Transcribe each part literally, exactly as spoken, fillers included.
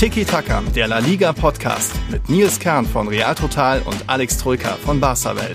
Tiki Taka, der La Liga Podcast mit Nils Kern von Real Total und Alex Troika von Barca Welt.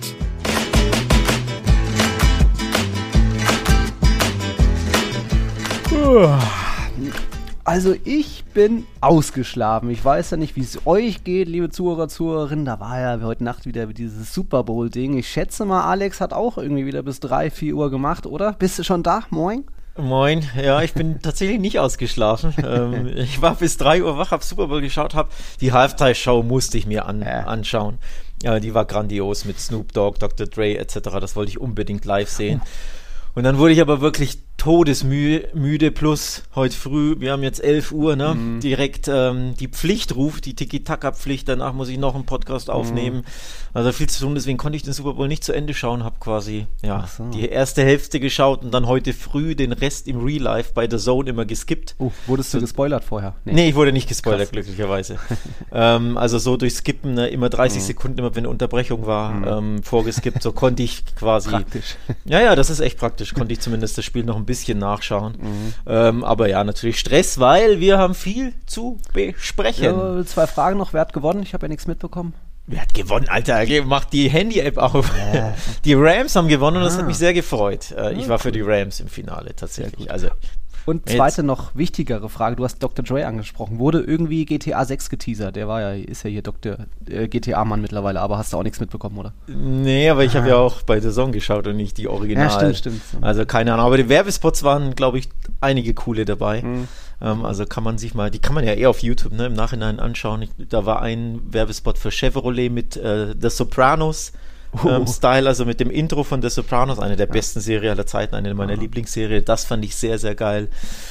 Also ich bin ausgeschlafen. Ich weiß ja nicht, wie es euch geht, liebe Zuhörer, Zuhörerinnen. Da war ja heute Nacht wieder dieses Super Bowl-Ding. Ich schätze mal, Alex hat auch irgendwie wieder bis drei, vier Uhr gemacht, oder? Bist du schon da? Moin? Moin, ja, ich bin tatsächlich nicht ausgeschlafen. ähm, ich war bis drei Uhr wach, hab Super Bowl geschaut, hab die Halftime-Show musste ich mir an, ja. anschauen. Ja, die war grandios mit Snoop Dogg, Doktor Dre et cetera. Das wollte ich unbedingt live sehen. Und dann wurde ich aber wirklich todesmüde, plus heute früh, wir haben jetzt elf Uhr, ne, mhm. direkt ähm, die Pflicht ruft, die Tiki-Taka-Pflicht, danach muss ich noch einen Podcast aufnehmen, mhm. also viel zu tun, deswegen konnte ich den Super Bowl nicht zu Ende schauen, habe quasi ja so. die erste Hälfte geschaut und dann heute früh den Rest im Real Life bei The Zone immer geskippt. Oh, wurdest du so, gespoilert vorher? Nee. nee, ich wurde nicht gespoilert, Krass. glücklicherweise. ähm, also so durch Skippen, ne, immer dreißig mhm. Sekunden, immer wenn eine Unterbrechung war, mhm. ähm, vorgeskippt, so konnte ich quasi. Praktisch. Ja, ja, das ist echt praktisch, konnte ich zumindest das Spiel noch ein bisschen nachschauen. Mhm. Ähm, aber ja, natürlich Stress, weil wir haben viel zu besprechen. Ja, zwei Fragen noch. Wer hat gewonnen? Ich habe ja nichts mitbekommen. Wer hat gewonnen, Alter? Macht die Handy-App auf. Ja. Die Rams haben gewonnen und das ah. hat mich sehr gefreut. Äh, ich war für die Rams im Finale tatsächlich. Also Und zweite, noch wichtigere Frage, du hast Doktor Dre angesprochen. Wurde irgendwie G T A sechs geteasert? Der war ja, ist ja hier Doktor äh, G T A-Mann mittlerweile, aber hast du auch nichts mitbekommen, oder? Nee, aber ich ah. habe ja auch bei The Zone geschaut und nicht die Original. Ja, stimmt, stimmt. Also keine Ahnung, aber die Werbespots waren, glaube ich, einige coole dabei. Mhm. Ähm, also kann man sich mal, die kann man ja eher auf YouTube, ne, im Nachhinein anschauen. Ich, da war ein Werbespot für Chevrolet mit äh, The Sopranos. Oh. Ähm, Style, also mit dem Intro von The Sopranos, eine der ja. besten Serien aller Zeiten, eine meiner ja. Lieblingsserien. Das fand ich sehr, sehr geil.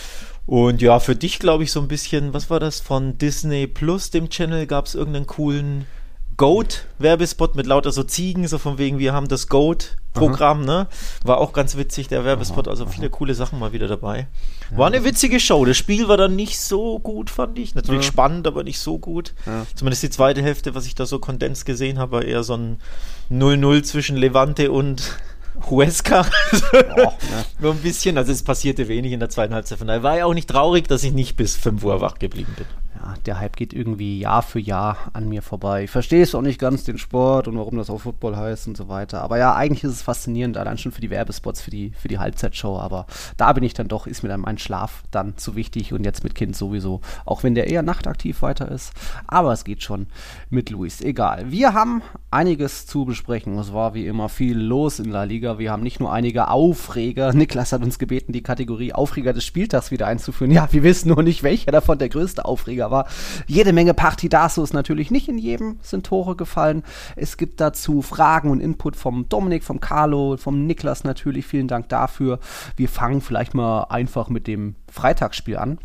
Und ja, für dich glaube ich so ein bisschen, was war das, von Disney Plus, dem Channel, gab es irgendeinen coolen Goat-Werbespot mit lauter so Ziegen, so von wegen, wir haben das Goat-Programm, ne? War auch ganz witzig, der Werbespot, also viele coole Sachen mal wieder dabei. War eine witzige Show, das Spiel war dann nicht so gut, fand ich. Natürlich ja. spannend, aber nicht so gut. Ja. Zumindest die zweite Hälfte, was ich da so kondens gesehen habe, war eher so ein null null zwischen Levante und Huesca. Oh, ne. Nur ein bisschen, also es passierte wenig in der zweiten Halbzeit. Von daher war ja auch nicht traurig, dass ich nicht bis fünf Uhr wach geblieben bin. Ja, der Hype geht irgendwie Jahr für Jahr an mir vorbei. Ich verstehe es auch nicht ganz, den Sport und warum das auch Football heißt und so weiter. Aber ja, eigentlich ist es faszinierend, allein schon für die Werbespots, für die, für die Halbzeitshow. Aber da bin ich dann doch, ist mir dann mein Schlaf dann zu wichtig und jetzt mit Kind sowieso. Auch wenn der eher nachtaktiv weiter ist. Aber es geht schon mit Luis. Egal. Wir haben einiges zu besprechen. Es war wie immer viel los in La Liga. Wir haben nicht nur einige Aufreger. Niklas hat uns gebeten, die Kategorie Aufreger des Spieltags wieder einzuführen. Ja, wir wissen nur nicht, welcher davon der größte Aufreger war. Jede Menge Partidazos natürlich, nicht in jedem sind Tore gefallen. Es gibt dazu Fragen und Input vom Dominik, vom Carlo, vom Niklas natürlich. Vielen Dank dafür. Wir fangen vielleicht mal einfach mit dem Freitagsspiel an.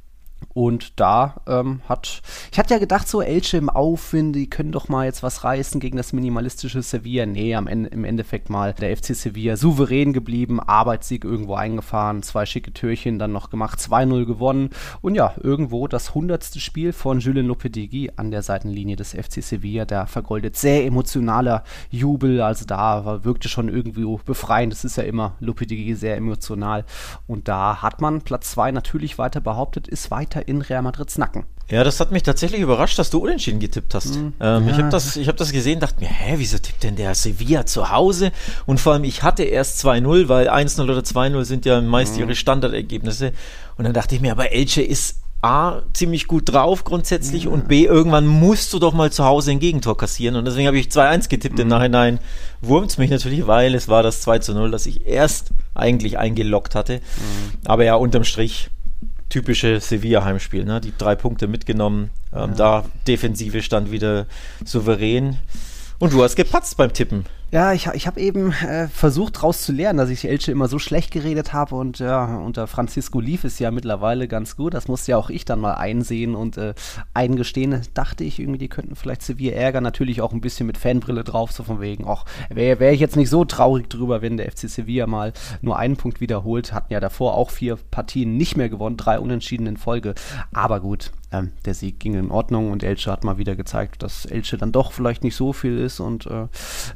Und da ähm, hat, ich hatte ja gedacht, so Elche im Aufwind, die können doch mal jetzt was reißen gegen das minimalistische Sevilla. Nee, am Ende, im Endeffekt mal der F C Sevilla souverän geblieben, Arbeitssieg irgendwo eingefahren, zwei schicke Türchen dann noch gemacht, zwei null gewonnen. Und ja, irgendwo das hundertste Spiel von Julien Lopetegui an der Seitenlinie des F C Sevilla, der vergoldet. Sehr emotionaler Jubel, also da war, wirkte schon irgendwie befreiend. Das ist ja immer Lopetegui sehr emotional. Und da hat man Platz zwei natürlich weiter behauptet, ist weiter in Real Madrids Nacken. Ja, das hat mich tatsächlich überrascht, dass du unentschieden getippt hast. Mhm. Ähm, ja. Ich habe das, ich hab das gesehen, dachte mir, hä, wieso tippt denn der Sevilla zu Hause? Und vor allem, ich hatte erst zwei null, weil eins null oder zwei null sind ja meist mhm. ihre Standardergebnisse. Und dann dachte ich mir, aber Elche ist A, ziemlich gut drauf grundsätzlich ja. und B, irgendwann musst du doch mal zu Hause ein Gegentor kassieren. Und deswegen habe ich zwei eins getippt. Mhm. Im Nachhinein wurmt es mich natürlich, weil es war das zwei zu null, das ich erst eigentlich eingeloggt hatte. Mhm. Aber ja, unterm Strich typische Sevilla-Heimspiel, ne? Die drei Punkte mitgenommen, ähm, ja. da Defensive stand wieder souverän. Und du hast gepatzt beim Tippen. Ja, ich, ich habe eben äh, versucht daraus zu lernen, dass ich Elche immer so schlecht geredet habe und ja, unter Francisco lief es ja mittlerweile ganz gut. Das musste ja auch ich dann mal einsehen und äh, eingestehen. Dachte ich irgendwie, die könnten vielleicht Sevilla ärgern. Natürlich auch ein bisschen mit Fanbrille drauf, so von wegen, ach, wäre wär ich jetzt nicht so traurig drüber, wenn der F C Sevilla mal nur einen Punkt wiederholt. Hatten ja davor auch vier Partien nicht mehr gewonnen, drei Unentschieden in Folge. Aber gut, ähm, der Sieg ging in Ordnung und Elche hat mal wieder gezeigt, dass Elche dann doch vielleicht nicht so viel ist und äh, naja,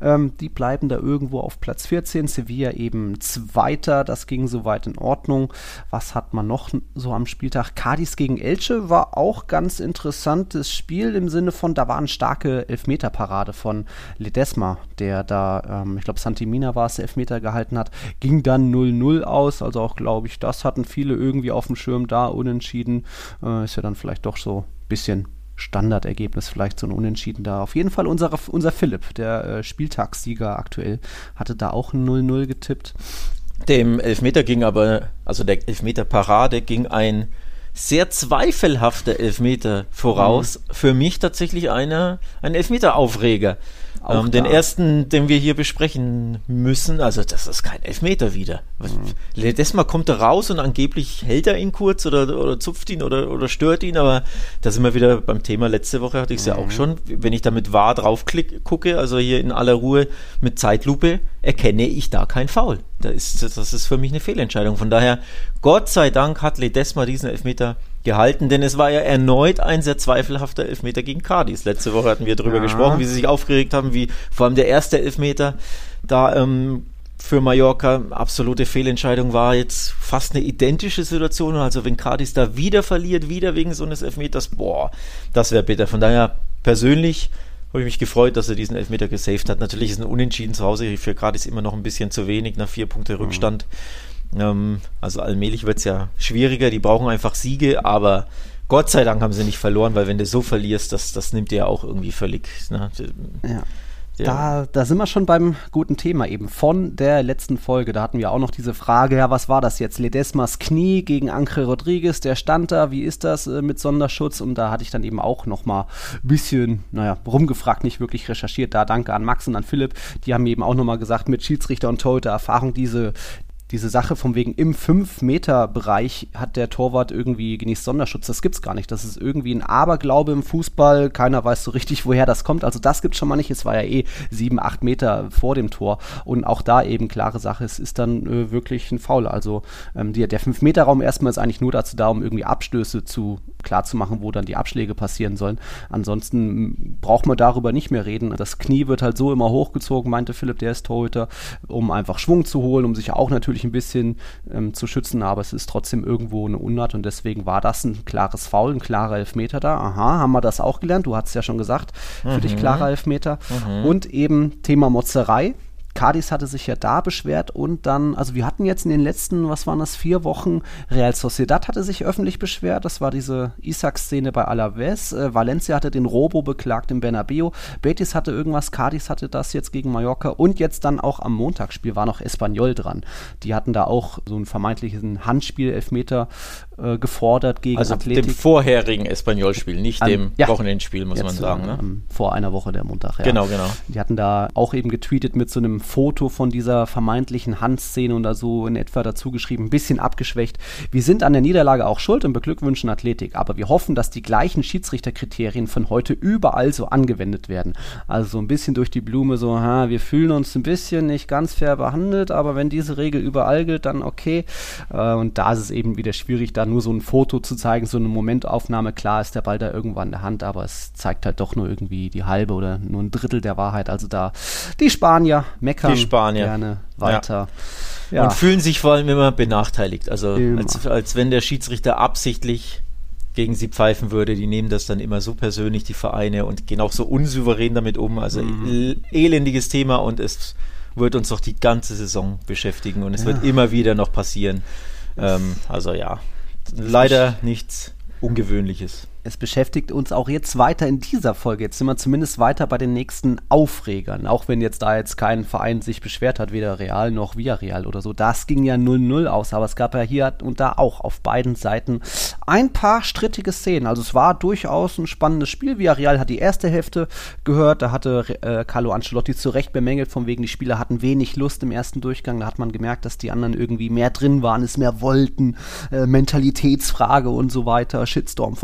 Ähm, die bleiben da irgendwo auf Platz vierzehn, Sevilla eben Zweiter, das ging soweit in Ordnung. Was hat man noch so am Spieltag? Cádiz gegen Elche war auch ganz interessantes Spiel im Sinne von, da war eine starke Elfmeterparade von Ledesma, der da, ähm, ich glaube Santimina war es, der Elfmeter gehalten hat, ging dann null null aus, also auch glaube ich, das hatten viele irgendwie auf dem Schirm da, unentschieden, äh, ist ja dann vielleicht doch so ein bisschen Standardergebnis, vielleicht so ein Unentschieden da. Auf jeden Fall unser, unser Philipp, der äh, Spieltagssieger aktuell, hatte da auch ein null null getippt. Dem Elfmeter ging aber, also der Elfmeterparade ging ein sehr zweifelhafter Elfmeter voraus. Mhm. Für mich tatsächlich einer, ein Elfmeteraufreger. Ähm, den ersten, den wir hier besprechen müssen, also das ist kein Elfmeter wieder. Mhm. Ledesma kommt da raus und angeblich hält er ihn kurz oder, oder zupft ihn oder, oder stört ihn, aber da sind wir wieder beim Thema, letzte Woche hatte ich es mhm. ja auch schon, wenn ich da mit V A R drauf klick, gucke, also hier in aller Ruhe mit Zeitlupe, erkenne ich da kein Foul. Da ist, das ist für mich eine Fehlentscheidung. Von daher, Gott sei Dank hat Ledesma diesen Elfmeter gehalten, denn es war ja erneut ein sehr zweifelhafter Elfmeter gegen Cádiz. Letzte Woche hatten wir darüber ja. gesprochen, wie sie sich aufgeregt haben, wie vor allem der erste Elfmeter da ähm, für Mallorca absolute Fehlentscheidung war, jetzt fast eine identische Situation. Also wenn Cádiz da wieder verliert, wieder wegen so eines Elfmeters, boah, das wäre bitter. Von daher persönlich habe ich mich gefreut, dass er diesen Elfmeter gesaved hat. Natürlich ist ein Unentschieden zu Hause für Cádiz immer noch ein bisschen zu wenig, nach vier Punkte Rückstand. Mhm. Ähm, also allmählich wird es ja schwieriger, die brauchen einfach Siege, aber Gott sei Dank haben sie nicht verloren, weil wenn du so verlierst, das, das nimmt dir ja auch irgendwie völlig... Ne? Ja. Ja. Da, da sind wir schon beim guten Thema eben von der letzten Folge. Da hatten wir auch noch diese Frage, ja, was war das jetzt? Ledesmas Knie gegen Ángel Rodríguez, der stand da, wie ist das äh, mit Sonderschutz? Und da hatte ich dann eben auch noch mal ein bisschen, naja, rumgefragt, nicht wirklich recherchiert. Da danke an Max und an Philipp, die haben eben auch noch mal gesagt, mit Schiedsrichter und Torhüter Erfahrung, diese Diese Sache von wegen im fünf Meter Bereich hat der Torwart irgendwie genießt Sonderschutz, das gibt's gar nicht. Das ist irgendwie ein Aberglaube im Fußball, keiner weiß so richtig, woher das kommt. Also das gibt's schon mal nicht, es war ja eh sieben, acht Meter vor dem Tor. Und auch da eben klare Sache, es ist dann äh, wirklich ein Foul. Also ähm, die, der fünf Meter Raum erstmal ist eigentlich nur dazu da, um irgendwie Abstöße zu klar zu machen, wo dann die Abschläge passieren sollen. Ansonsten braucht man darüber nicht mehr reden. Das Knie wird halt so immer hochgezogen, meinte Philipp, der ist Torhüter, um einfach Schwung zu holen, um sich auch natürlich ein bisschen ähm, zu schützen, aber es ist trotzdem irgendwo eine Unart und deswegen war das ein klares Foul, ein klarer Elfmeter da. Aha, haben wir das auch gelernt, du hast ja schon gesagt, für mhm. dich klarer Elfmeter. Mhm. Und eben Thema Motzerei. Cádiz hatte sich ja da beschwert und dann, also wir hatten jetzt in den letzten, was waren das, vier Wochen, Real Sociedad hatte sich öffentlich beschwert, das war diese Isaac-Szene bei Alavés, äh, Valencia hatte den Robo beklagt im Bernabéu, Betis hatte irgendwas, Cádiz hatte das jetzt gegen Mallorca und jetzt dann auch am Montagsspiel war noch Espanyol dran. Die hatten da auch so einen vermeintlichen Handspiel-Elfmeter äh, gefordert gegen also Athletic. Dem vorherigen Espanyol-Spiel, nicht an, dem ja, Wochenendspiel, muss man sagen. Äh, Ne? Vor einer Woche der Montag, ja. Genau, genau. Die hatten da auch eben getweetet mit so einem Foto von dieser vermeintlichen Handszene und da so in etwa dazu geschrieben, ein bisschen abgeschwächt. Wir sind an der Niederlage auch schuld und beglückwünschen Athletik, aber wir hoffen, dass die gleichen Schiedsrichterkriterien von heute überall so angewendet werden. Also so ein bisschen durch die Blume so, ha, wir fühlen uns ein bisschen nicht ganz fair behandelt, aber wenn diese Regel überall gilt, dann okay. Äh, und da ist es eben wieder schwierig, da nur so ein Foto zu zeigen, so eine Momentaufnahme. Klar ist der Ball da irgendwann in der Hand, aber es zeigt halt doch nur irgendwie die halbe oder nur ein Drittel der Wahrheit. Also da die Spanier meckern. Die Spanier. Gerne weiter. Ja. Ja. Und fühlen sich vor allem immer benachteiligt. Also Immer. als, als wenn der Schiedsrichter absichtlich gegen sie pfeifen würde. Die nehmen das dann immer so persönlich, die Vereine, und gehen auch so unsouverän damit um. Also mhm. elendiges Thema und es wird uns doch die ganze Saison beschäftigen und es ja. wird immer wieder noch passieren. Ähm, also ja, leider nichts Ungewöhnliches. Es beschäftigt uns auch jetzt weiter in dieser Folge. Jetzt sind wir zumindest weiter bei den nächsten Aufregern. Auch wenn jetzt da jetzt kein Verein sich beschwert hat, weder Real noch Villarreal oder so. Das ging ja null null aus, aber es gab ja hier und da auch auf beiden Seiten ein paar strittige Szenen. Also es war durchaus ein spannendes Spiel. Villarreal hat die erste Hälfte gehört. Da hatte äh, Carlo Ancelotti zu Recht bemängelt, von wegen die Spieler hatten wenig Lust im ersten Durchgang. Da hat man gemerkt, dass die anderen irgendwie mehr drin waren, es mehr wollten. Äh, Mentalitätsfrage und so weiter. Shitstorm von Marco Reus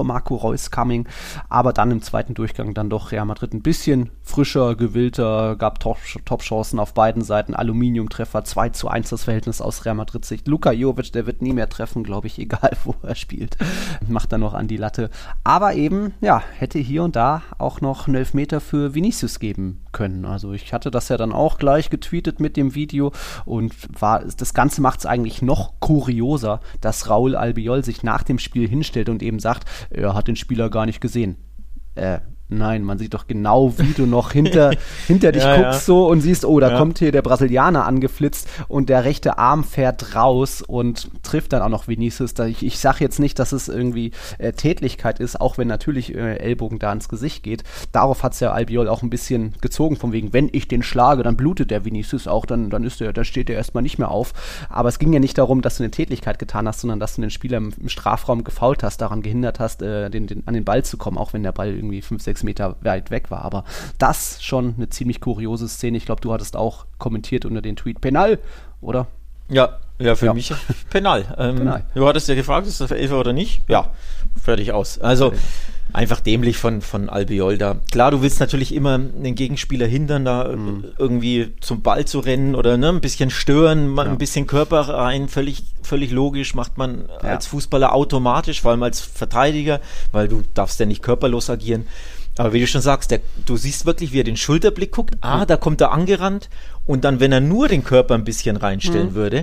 Reus Coming, aber dann im zweiten Durchgang dann doch Real Madrid ein bisschen frischer, gewillter, gab Top-Chancen auf beiden Seiten, Aluminiumtreffer, zwei zu eins das Verhältnis aus Real Madrid Sicht. Luka Jovic, der wird nie mehr treffen, glaube ich, egal wo er spielt, macht dann noch an die Latte, aber eben, ja, hätte hier und da auch noch einen Elfmeter für Vinicius geben können, also ich hatte das ja dann auch gleich getweetet mit dem Video und war, das Ganze macht es eigentlich noch kurioser, dass Raúl Albiol sich nach dem Spiel hinstellt und eben sagt, er hat den Spieler gar nicht gesehen. Äh, nein, man sieht doch genau, wie du noch hinter, hinter dich ja, guckst ja. so und siehst, oh, da ja. kommt hier der Brasilianer angeflitzt und der rechte Arm fährt raus und trifft dann auch noch Vinicius. Ich, ich sage jetzt nicht, dass es irgendwie äh, Tätlichkeit ist, auch wenn natürlich äh, Ellbogen da ins Gesicht geht. Darauf hat es ja Albiol auch ein bisschen gezogen, von wegen, wenn ich den schlage, dann blutet der Vinicius auch, dann, dann, ist der, dann steht der erstmal nicht mehr auf. Aber es ging ja nicht darum, dass du eine Tätlichkeit getan hast, sondern dass du den Spieler im, im Strafraum gefoult hast, daran gehindert hast, äh, den, den, an den Ball zu kommen, auch wenn der Ball irgendwie fünf, sechs Meter weit weg war, aber das schon eine ziemlich kuriose Szene. Ich glaube, du hattest auch kommentiert unter den Tweet Penal, oder? Ja, ja, für ja. mich Penal. Ähm, Penal. Du hattest ja gefragt, ist das Elfer oder nicht? Ja, fertig aus. Also einfach dämlich von, von Albiol da. Klar, du willst natürlich immer den Gegenspieler hindern, da mhm. irgendwie zum Ball zu rennen oder ne, ein bisschen stören, mal ja. ein bisschen Körper rein, völlig, völlig logisch, macht man ja. als Fußballer automatisch, vor allem als Verteidiger, weil du darfst ja nicht körperlos agieren. Aber wie du schon sagst, der, du siehst wirklich, wie er den Schulterblick guckt. Ah, da kommt er angerannt. Und dann, wenn er nur den Körper ein bisschen reinstellen mhm. würde,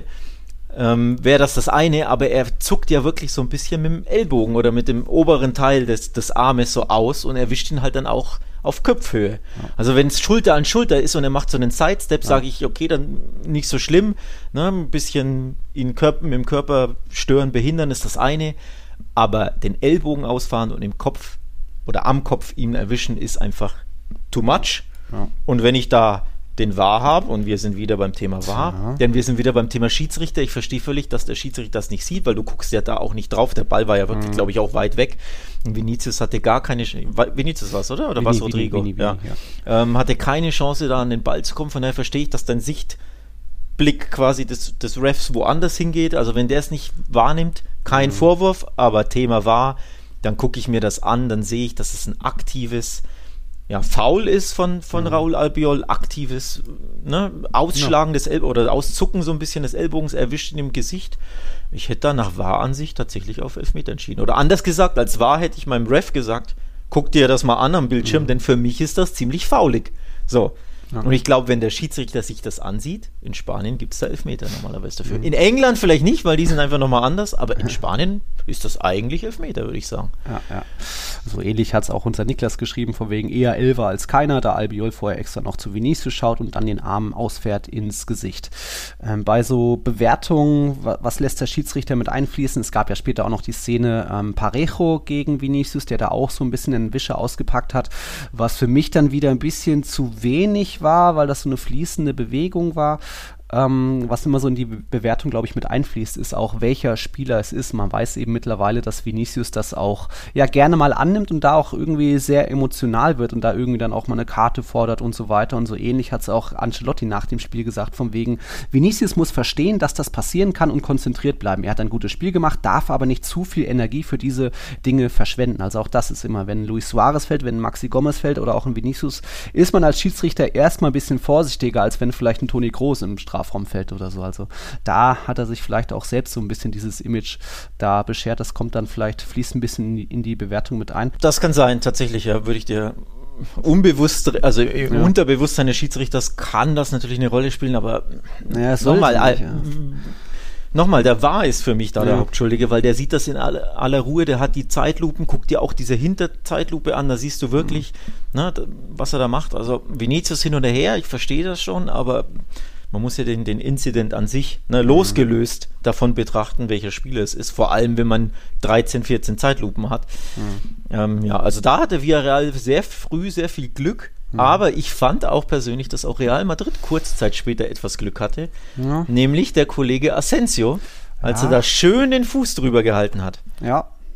ähm, wäre das das eine. Aber er zuckt ja wirklich so ein bisschen mit dem Ellbogen oder mit dem oberen Teil des, des Armes so aus und erwischt ihn halt dann auch auf Köpfhöhe. Ja. Also wenn es Schulter an Schulter ist und er macht so einen Sidestep, ja. sage ich, okay, dann nicht so schlimm. Ne? Ein bisschen ihn Körper, mit dem Körper stören, behindern ist das eine. Aber den Ellbogen ausfahren und im Kopf oder am Kopf ihn erwischen, ist einfach too much. Ja. Und wenn ich da den V A R habe, und wir sind wieder beim Thema V A R, ja. denn wir sind wieder beim Thema Schiedsrichter, ich verstehe völlig, dass der Schiedsrichter das nicht sieht, weil du guckst ja da auch nicht drauf, der Ball war ja wirklich, mhm. glaube ich, auch weit weg. Und Vinicius hatte gar keine, Vinicius war es, oder? Oder war es Rodrigo? Vini, Vini, ja. Vini, ja. Ähm, hatte keine Chance, da an den Ball zu kommen, von daher verstehe ich, dass dein Sichtblick quasi des, des Refs woanders hingeht, also wenn der es nicht wahrnimmt, kein mhm. Vorwurf, aber Thema V A R, dann gucke ich mir das an, dann sehe ich, dass es ein aktives ja, Foul ist von, von mhm. Raúl Albiol, aktives ne, Ausschlagen ja. des El- oder Auszucken so ein bisschen des Ellbogens, erwischt ihn im Gesicht. Ich hätte da nach V A R-Ansicht tatsächlich auf Elfmeter entschieden. Oder anders gesagt, als V A R hätte ich meinem Ref gesagt, guck dir das mal an am Bildschirm, mhm. denn für mich ist das ziemlich faulig. So. Ja. Und ich glaube, wenn der Schiedsrichter sich das ansieht, in Spanien gibt es da Elfmeter normalerweise dafür. Mhm. In England vielleicht nicht, weil die sind einfach nochmal anders, aber in Spanien ist das eigentlich Elfmeter, würde ich sagen. Ja, ja. So ähnlich hat es auch unser Niklas geschrieben, von wegen eher Elfer als keiner, da Albiol vorher extra noch zu Vinicius schaut und dann den Arm ausfährt ins Gesicht. Ähm, bei so Bewertungen, was lässt der Schiedsrichter mit einfließen? Es gab ja später auch noch die Szene ähm, Parejo gegen Vinicius, der da auch so ein bisschen einen Wischer ausgepackt hat, was für mich dann wieder ein bisschen zu wenig war, weil das so eine fließende Bewegung war. Ähm, was immer so in die Be- Bewertung, glaube ich, mit einfließt, ist auch, welcher Spieler es ist. Man weiß eben mittlerweile, dass Vinicius das auch ja gerne mal annimmt und da auch irgendwie sehr emotional wird und da irgendwie dann auch mal eine Karte fordert und so weiter und so ähnlich hat es auch Ancelotti nach dem Spiel gesagt, von wegen, Vinicius muss verstehen, dass das passieren kann und konzentriert bleiben. Er hat ein gutes Spiel gemacht, darf aber nicht zu viel Energie für diese Dinge verschwenden. Also auch das ist immer, wenn Luis Suarez fällt, wenn Maxi Gomez fällt oder auch ein Vinicius, ist man als Schiedsrichter erstmal ein bisschen vorsichtiger, als wenn vielleicht ein Toni Kroos im Strafraum fällt oder so. Also da hat er sich vielleicht auch selbst so ein bisschen dieses Image da beschert. Das kommt dann vielleicht, fließt ein bisschen in die, in die Bewertung mit ein. Das kann sein, tatsächlich, ja, würde ich dir unbewusst, also im ja. Unterbewusstsein des Schiedsrichters kann das natürlich eine Rolle spielen, aber ja, nochmal, nicht, ja. nochmal, der V A R ist für mich da ja. der Hauptschuldige, weil der sieht das in aller, aller Ruhe, der hat die Zeitlupen, guck dir auch diese Hinterzeitlupe an, da siehst du wirklich, mhm. ne, was er da macht. Also Vinicius hin und her, ich verstehe das schon, aber man muss ja den, den Incident an sich ne, losgelöst mhm. davon betrachten, welcher Spieler es ist. Vor allem, wenn man dreizehn, vierzehn Zeitlupen hat. Mhm. Ähm, ja, also da hatte Villarreal sehr früh sehr viel Glück. Mhm. Aber ich fand auch persönlich, dass auch Real Madrid kurze Zeit später etwas Glück hatte. Ja. Nämlich der Kollege Asensio, als ja. er da schön den Fuß drüber gehalten hat. Ja.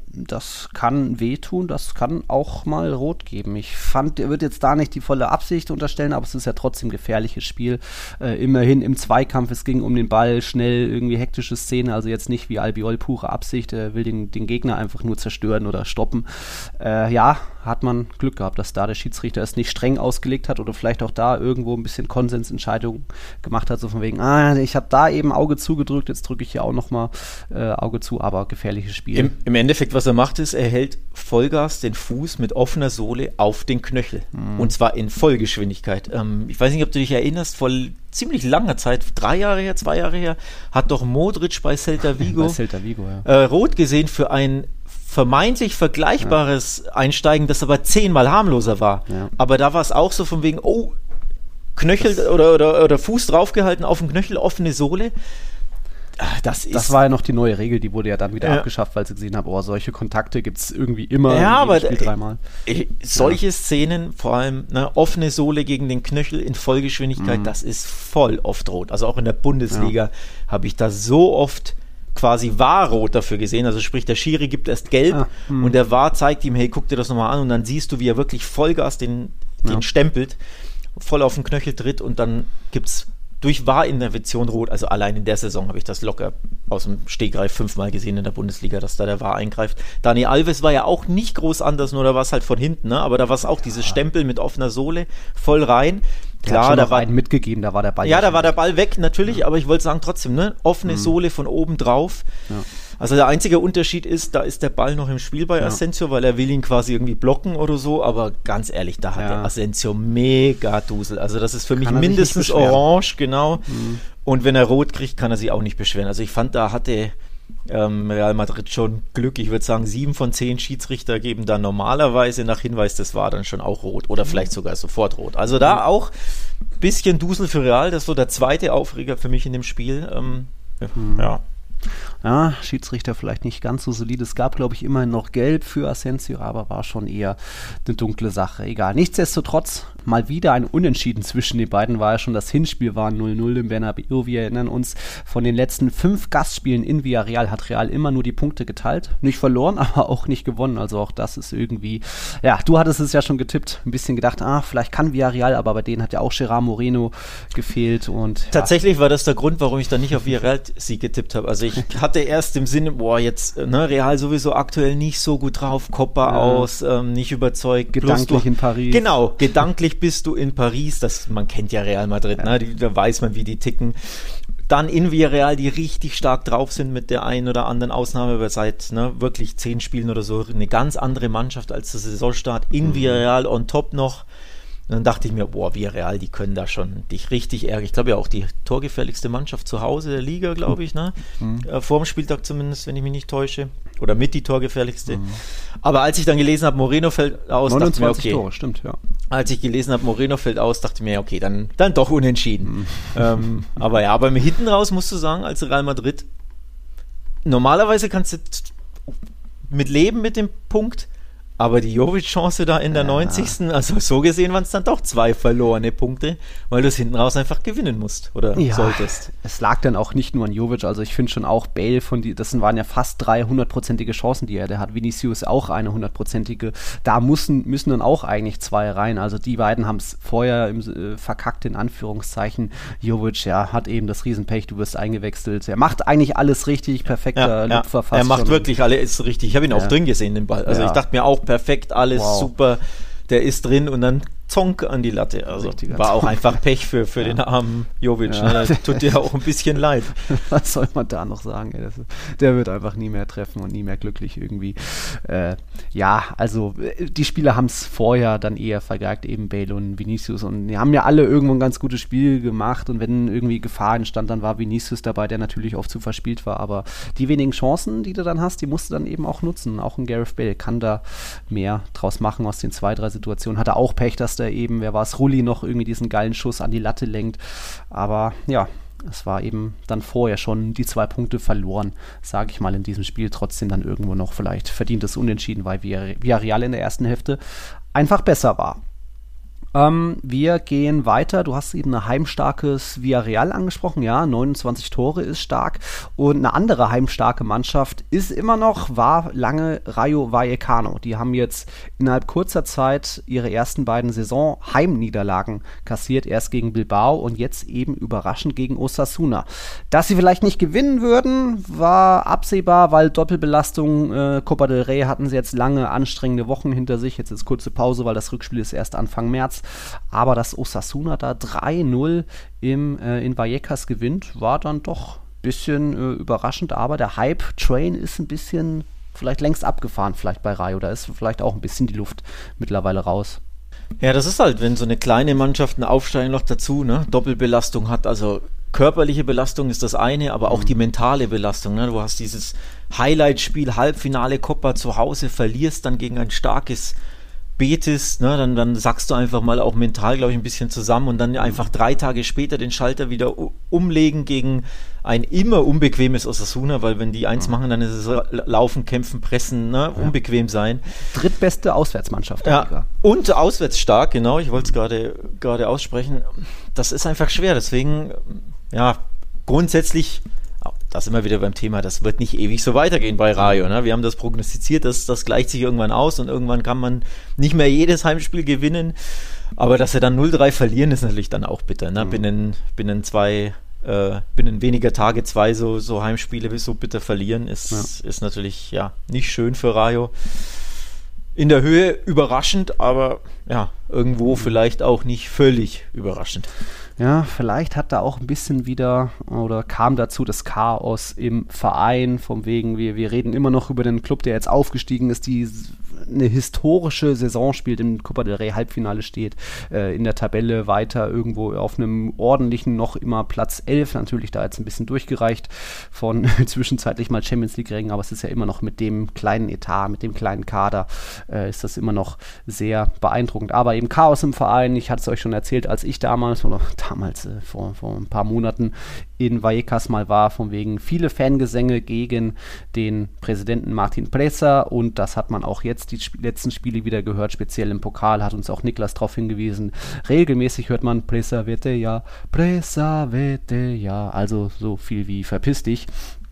das kann wehtun, das kann auch mal rot geben. Ich fand, er wird jetzt da nicht die volle Absicht unterstellen, aber es ist ja trotzdem ein gefährliches Spiel. Äh, immerhin im Zweikampf, es ging um den Ball, schnell irgendwie hektische Szene, also jetzt nicht wie Albiol pure Absicht, er will den, den Gegner einfach nur zerstören oder stoppen. Äh, ja, hat man Glück gehabt, dass da der Schiedsrichter es nicht streng ausgelegt hat oder vielleicht auch da irgendwo ein bisschen Konsensentscheidung gemacht hat, so von wegen, ah, ich habe da eben Auge zugedrückt, jetzt drücke ich hier auch nochmal äh, Auge zu, aber gefährliches Spiel. Im, Im Endeffekt, was er macht, ist, er hält Vollgas den Fuß mit offener Sohle auf den Knöchel. Mhm. Und zwar in Vollgeschwindigkeit. Ähm, ich weiß nicht, ob du dich erinnerst, vor ziemlich langer Zeit, drei Jahre her, zwei Jahre her, hat doch Modric bei Celta Vigo, bei Celta Vigo ja. äh, rot gesehen für ein vermeintlich vergleichbares ja. Einsteigen, das aber zehnmal harmloser war. Ja. Aber da war es auch so von wegen, oh, Knöchel das, oder, oder, oder Fuß draufgehalten auf den Knöchel, offene Sohle. Das, ist das war ja noch die neue Regel, die wurde ja dann wieder ja. abgeschafft, weil sie gesehen haben, oh, solche Kontakte gibt es irgendwie immer. Ja, aber Spiel dreimal. Äh, solche ja. Szenen, vor allem ne, offene Sohle gegen den Knöchel in Vollgeschwindigkeit, mhm. das ist voll oft rot. Also auch in der Bundesliga ja. habe ich da so oft quasi Wahrrot dafür gesehen, also sprich der Schiri gibt erst gelb ah, und der Wahr zeigt ihm, hey, guck dir das nochmal an und dann siehst du, wie er wirklich Vollgas den, den ja. stempelt, voll auf den Knöchel tritt und dann gibt es durch Wahrintervention rot, also allein in der Saison habe ich das locker aus dem Stegreif fünfmal gesehen in der Bundesliga, dass da der Wahr eingreift. Dani Alves war ja auch nicht groß anders, nur da war es halt von hinten, ne? Aber da war es auch dieses Stempel mit offener Sohle, voll rein. Klar, da war einen mitgegeben, da war der Ball. Ja, da war der Ball weg, natürlich, ja. aber ich wollte sagen, trotzdem, ne? Offene mhm. Sohle von oben drauf. Ja. Also der einzige Unterschied ist, da ist der Ball noch im Spiel bei ja. Asensio, weil er will ihn quasi irgendwie blocken oder so, aber ganz ehrlich, da hat ja. der Asensio mega Dusel. Also das ist für kann mich mindestens orange, genau. Mhm. Und wenn er rot kriegt, kann er sich auch nicht beschweren. Also ich fand, da hatte ähm, Real Madrid schon Glück. Ich würde sagen, sieben von zehn Schiedsrichter geben da normalerweise nach Hinweis, das war dann schon auch rot oder vielleicht sogar sofort rot. Also da auch ein bisschen Dusel für Real, das ist so der zweite Aufreger für mich in dem Spiel. Ähm, mhm. Ja. Ja, Schiedsrichter vielleicht nicht ganz so solide. Es gab, glaube ich, immerhin noch Gelb für Asensio, aber war schon eher eine dunkle Sache. Egal. Nichtsdestotrotz, mal wieder ein Unentschieden zwischen den beiden. War ja schon das Hinspiel, war null null im Bernabeu. Wir erinnern uns, von den letzten fünf Gastspielen in Villarreal hat Real immer nur die Punkte geteilt. Nicht verloren, aber auch nicht gewonnen. Also auch das ist irgendwie, ja, du hattest es ja schon getippt, ein bisschen gedacht, ah, vielleicht kann Villarreal, aber bei denen hat ja auch Gerard Moreno gefehlt. Und ja. Tatsächlich war das der Grund, warum ich dann nicht auf Villarreal-Sieg getippt habe. Also ich hatte erst im Sinne, boah, jetzt ne, Real sowieso aktuell nicht so gut drauf, Copa ja. aus, ähm, nicht überzeugt. Gedanklich du, in Paris. Genau, gedanklich bist du in Paris, das, man kennt ja Real Madrid, ja. ne, die, da weiß man, wie die ticken. Dann in Villarreal, die richtig stark drauf sind mit der einen oder anderen Ausnahme, aber seit ne, wirklich zehn Spielen oder so eine ganz andere Mannschaft als der Saisonstart. In mhm. Villarreal on top noch. Und dann dachte ich mir, boah, Villarreal, die können da schon dich richtig ärgern. Ich glaube ja auch die torgefährlichste Mannschaft zu Hause der Liga, glaube ich, ne? Mhm. Äh, vor dem Spieltag zumindest, wenn ich mich nicht täusche. Oder mit die torgefährlichste. Mhm. Aber als ich dann gelesen habe, Moreno fällt aus, dachte ich mir, okay. Tore, stimmt, ja. Als ich gelesen habe, Moreno fällt aus, dachte ich mir, okay, dann, dann doch unentschieden. Mhm. Ähm, aber ja, aber hinten raus musst du sagen, als Real Madrid, normalerweise kannst du mit leben mit dem Punkt, aber die Jovic-Chance da in der ja. neunzigsten Also so gesehen waren es dann doch zwei verlorene Punkte, weil du es hinten raus einfach gewinnen musst oder ja, solltest. Es lag dann auch nicht nur an Jovic, also ich finde schon auch Bale, von die, das waren ja fast drei hundertprozentige Chancen, die er der hat. Vinicius auch eine hundertprozentige. Da müssen, müssen dann auch eigentlich zwei rein. Also die beiden haben es vorher im, äh, verkackt, in Anführungszeichen. Jovic, ja, hat eben das Riesenpech, du wirst eingewechselt. Er macht eigentlich alles richtig, perfekter ja, Lupfer ja. fast. Er macht wirklich alles richtig. Ich habe ihn auch ja. drin gesehen, den Ball. Also ja. ich dachte mir auch, perfekt, alles wow. super, der ist drin und dann Zonk an die Latte. Also Richtiger war auch einfach Pech für, für ja. den armen Jovic. Ja. Ne? Das tut dir auch ein bisschen leid. Was soll man da noch sagen? Ey? Das, der wird einfach nie mehr treffen und nie mehr glücklich irgendwie. Äh, ja, also die Spieler haben es vorher dann eher vergeigt, eben Bale und Vinicius, und die haben ja alle irgendwo ein ganz gutes Spiel gemacht, und wenn irgendwie Gefahr entstand, dann war Vinicius dabei, der natürlich oft zu verspielt war, aber die wenigen Chancen, die du dann hast, die musst du dann eben auch nutzen. Auch ein Gareth Bale kann da mehr draus machen aus den zwei, drei Situationen. Hatte auch Pech, dass der eben, wer war es, Rulli noch irgendwie diesen geilen Schuss an die Latte lenkt. Aber ja, es war eben dann vorher schon die zwei Punkte verloren, sage ich mal, in diesem Spiel. Trotzdem dann irgendwo noch vielleicht verdientes Unentschieden, weil Villarreal in der ersten Hälfte einfach besser war. Ähm, wir gehen weiter. Du hast eben ein heimstarkes Villarreal angesprochen. Ja, neunundzwanzig Tore ist stark. Und eine andere heimstarke Mannschaft ist immer noch, war lange Rayo Vallecano. Die haben jetzt innerhalb kurzer Zeit ihre ersten beiden Saison-Heimniederlagen kassiert. Erst gegen Bilbao und jetzt eben überraschend gegen Osasuna. Dass sie vielleicht nicht gewinnen würden, war absehbar, weil Doppelbelastung, äh, Copa del Rey hatten sie jetzt lange anstrengende Wochen hinter sich. Jetzt ist kurze Pause, weil das Rückspiel ist erst Anfang März. Aber dass Osasuna da drei null im, äh, in Vallecas gewinnt, war dann doch ein bisschen äh, überraschend. Aber der Hype-Train ist ein bisschen vielleicht längst abgefahren, vielleicht bei Rayo. Da ist vielleicht auch ein bisschen die Luft mittlerweile raus. Ja, das ist halt, wenn so eine kleine Mannschaft einen Aufsteiger noch dazu, ne, Doppelbelastung hat, also körperliche Belastung ist das eine, aber auch die mentale Belastung. Ne? Du hast dieses Highlight-Spiel, Halbfinale Copa zu Hause, verlierst dann gegen ein starkes Betis, ne? dann, dann sackst du einfach mal auch mental, glaube ich, ein bisschen zusammen und dann einfach drei Tage später den Schalter wieder umlegen gegen ein immer unbequemes Osasuna, weil wenn die eins machen, dann ist es laufen, kämpfen, pressen, ne? Ja. Unbequem sein. Drittbeste Auswärtsmannschaft der Ja, Liga. und auswärts stark, genau, ich wollte es gerade gerade aussprechen. Das ist einfach schwer, deswegen, ja, grundsätzlich, das immer wieder beim Thema, das wird nicht ewig so weitergehen bei Rayo. Ne? Wir haben das prognostiziert, dass das gleicht sich irgendwann aus und irgendwann kann man nicht mehr jedes Heimspiel gewinnen. Aber dass sie dann null drei verlieren, ist natürlich dann auch bitter. Ne? Mhm. Binnen, binnen zwei, äh, binnen weniger Tage zwei so, so Heimspiele so bitter verlieren, ist, ja. ist natürlich ja nicht schön für Rayo. In der Höhe überraschend, aber ja, irgendwo vielleicht auch nicht völlig überraschend. Ja, vielleicht hat da auch ein bisschen wieder oder kam dazu das Chaos im Verein, vom wegen, wir, wir reden immer noch über den Club, der jetzt aufgestiegen ist, die eine historische Saison spielt, im Copa del Rey Halbfinale steht, äh, in der Tabelle weiter irgendwo auf einem ordentlichen, noch immer Platz elf, natürlich da jetzt ein bisschen durchgereicht von zwischenzeitlich mal Champions League Rängen, aber es ist ja immer noch mit dem kleinen Etat, mit dem kleinen Kader, äh, ist das immer noch sehr beeindruckend. Aber eben Chaos im Verein, ich hatte es euch schon erzählt, als ich damals, oder damals äh, vor, vor ein paar Monaten in Vallecas mal war, von wegen viele Fangesänge gegen den Präsidenten Martin Presa und das hat man auch jetzt die sp- letzten Spiele wieder gehört, speziell im Pokal, hat uns auch Niklas darauf hingewiesen. Regelmäßig hört man Presa vete ja, Presa vete ja, also so viel wie verpiss dich.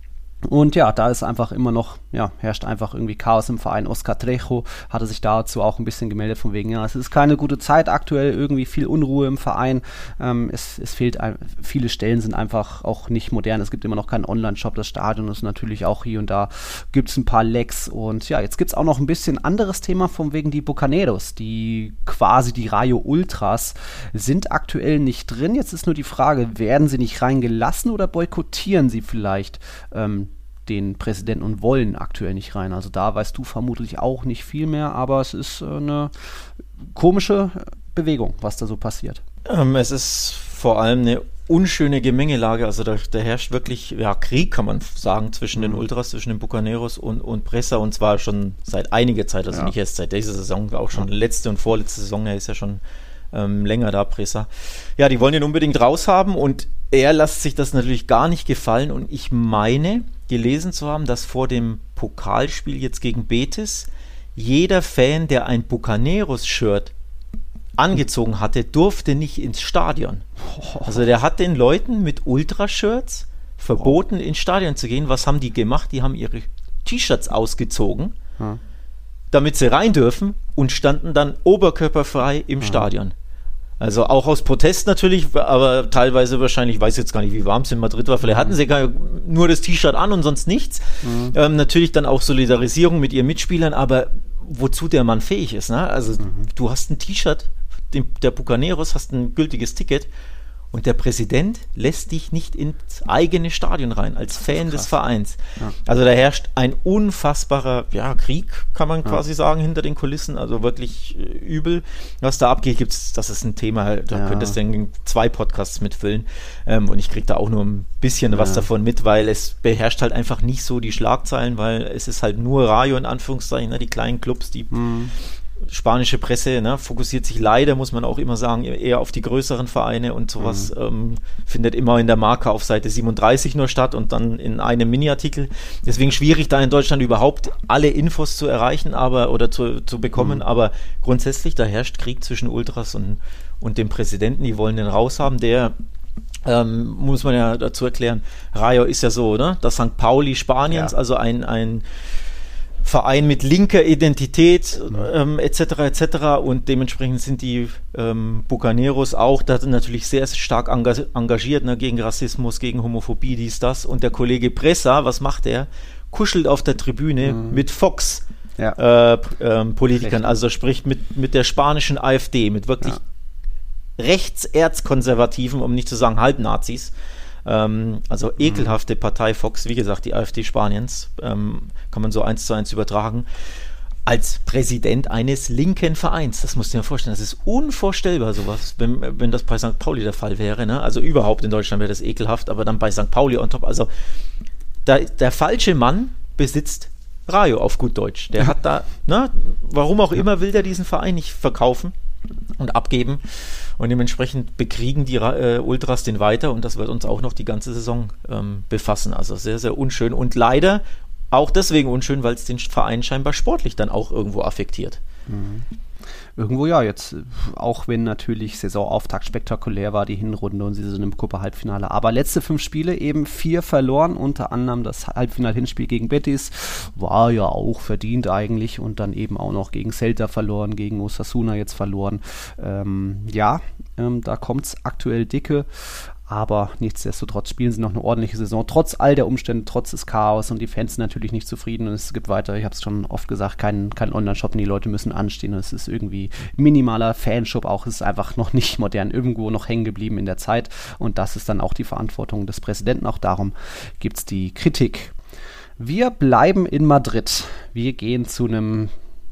Und ja, da ist einfach immer noch, ja, herrscht einfach irgendwie Chaos im Verein. Oscar Trejo hatte sich dazu auch ein bisschen gemeldet, von wegen, ja, es ist keine gute Zeit aktuell, irgendwie viel Unruhe im Verein. Ähm, es, es fehlt, ein, viele Stellen sind einfach auch nicht modern. Es gibt immer noch keinen Online-Shop, das Stadion ist natürlich auch hier und da, gibt es ein paar Lecks. Und ja, jetzt gibt es auch noch ein bisschen anderes Thema, von wegen die Bucaneros, die quasi die Rayo Ultras sind aktuell nicht drin. Jetzt ist nur die Frage, werden sie nicht reingelassen oder boykottieren sie vielleicht ähm, den Präsidenten und wollen aktuell nicht rein. Also da weißt du vermutlich auch nicht viel mehr, aber es ist äh, eine komische Bewegung, was da so passiert. Ähm, es ist vor allem eine unschöne Gemengelage, also da, da herrscht wirklich ja, Krieg, kann man sagen, zwischen mhm. den Ultras, zwischen den Bucaneros und, und Presa und zwar schon seit einiger Zeit, also ja. nicht erst seit dieser Saison, auch schon ja. letzte und vorletzte Saison, er ist ja schon ähm, länger da, Presa. Ja, die wollen ihn unbedingt raushaben und er lässt sich das natürlich gar nicht gefallen und ich meine, gelesen zu haben, dass vor dem Pokalspiel jetzt gegen Betis jeder Fan, der ein Bucaneros-Shirt angezogen hatte, durfte nicht ins Stadion. Also der hat den Leuten mit Ultra-Shirts verboten, ins Stadion zu gehen. Was haben die gemacht? Die haben ihre T-Shirts ausgezogen, hm. damit sie rein dürfen und standen dann oberkörperfrei im hm. Stadion. Also auch aus Protest natürlich, aber teilweise wahrscheinlich, ich weiß jetzt gar nicht, wie warm es in Madrid war, vielleicht hatten sie gar nur das T-Shirt an und sonst nichts. Mhm. Ähm, natürlich dann auch Solidarisierung mit ihren Mitspielern, aber wozu der Mann fähig ist, ne? Also mhm. du hast ein T-Shirt der Bucaneros, hast ein gültiges Ticket und der Präsident lässt dich nicht ins eigene Stadion rein, als Fan des Vereins. Ja. Also da herrscht ein unfassbarer ja, Krieg, kann man ja. quasi sagen, hinter den Kulissen, also wirklich äh, übel. Was da abgeht, gibt's, das ist ein Thema, da ja. könntest du zwei Podcasts mitfüllen ähm, und ich kriege da auch nur ein bisschen ja. was davon mit, weil es beherrscht halt einfach nicht so die Schlagzeilen, weil es ist halt nur Rayo in Anführungszeichen, ne, die kleinen Clubs, die mhm. spanische Presse, ne, fokussiert sich leider, muss man auch immer sagen, eher auf die größeren Vereine und sowas mhm. ähm, findet immer in der Marke auf Seite siebenunddreißig nur statt und dann in einem Mini-Artikel. Deswegen schwierig, da in Deutschland überhaupt alle Infos zu erreichen, aber oder zu, zu bekommen, mhm. aber grundsätzlich, da herrscht Krieg zwischen Ultras und, und dem Präsidenten, die wollen den raushaben, der Ähm, muss man ja dazu erklären, Rayo ist ja so, ne? Das Sankt Pauli Spaniens, ja. also ein, ein Verein mit linker Identität, mhm. ähm, et cetera et cetera und dementsprechend sind die ähm, Bucaneros auch da natürlich sehr stark engagiert, ne? Gegen Rassismus, gegen Homophobie, dies, das und der Kollege Pressa, was macht er? Kuschelt auf der Tribüne mhm. mit Fox ja. äh, ähm, Politikern, also spricht mit, mit der spanischen AfD, mit wirklich ja. Rechtserzkonservativen, um nicht zu sagen Halbnazis, ähm, also ekelhafte Partei Fox, wie gesagt, die AfD Spaniens, ähm, kann man so eins zu eins übertragen, als Präsident eines linken Vereins. Das musst du dir vorstellen, das ist unvorstellbar sowas, wenn, wenn das bei Sankt Pauli der Fall wäre, ne? Also überhaupt in Deutschland wäre das ekelhaft, aber dann bei Sankt Pauli on top, also da, der falsche Mann besitzt Rayo auf gut Deutsch. Der hat da, ne, warum auch immer will der diesen Verein nicht verkaufen und abgeben und dementsprechend bekriegen die äh, Ultras den weiter und das wird uns auch noch die ganze Saison ähm, befassen. Also sehr, sehr unschön und leider auch deswegen unschön, weil es den Verein scheinbar sportlich dann auch irgendwo affektiert. Mhm. Irgendwo ja, jetzt auch wenn natürlich Saisonauftakt spektakulär war, die Hinrunde und sie sind im Copa-Halbfinale, aber letzte fünf Spiele eben vier verloren, unter anderem das Halbfinal-Hinspiel gegen Betis, war ja auch verdient eigentlich und dann eben auch noch gegen Celta verloren, gegen Osasuna jetzt verloren. Ähm, ja, ähm, da kommt es aktuell dicke, aber nichtsdestotrotz spielen sie noch eine ordentliche Saison, trotz all der Umstände, trotz des Chaos und die Fans sind natürlich nicht zufrieden und es gibt weiter, ich habe es schon oft gesagt, keinen kein Online-Shop und die Leute müssen anstehen und es ist irgendwie minimaler Fanshop, auch es ist einfach noch nicht modern, irgendwo noch hängen geblieben in der Zeit und das ist dann auch die Verantwortung des Präsidenten, auch darum gibt es die Kritik. Wir bleiben in Madrid, wir gehen zu einem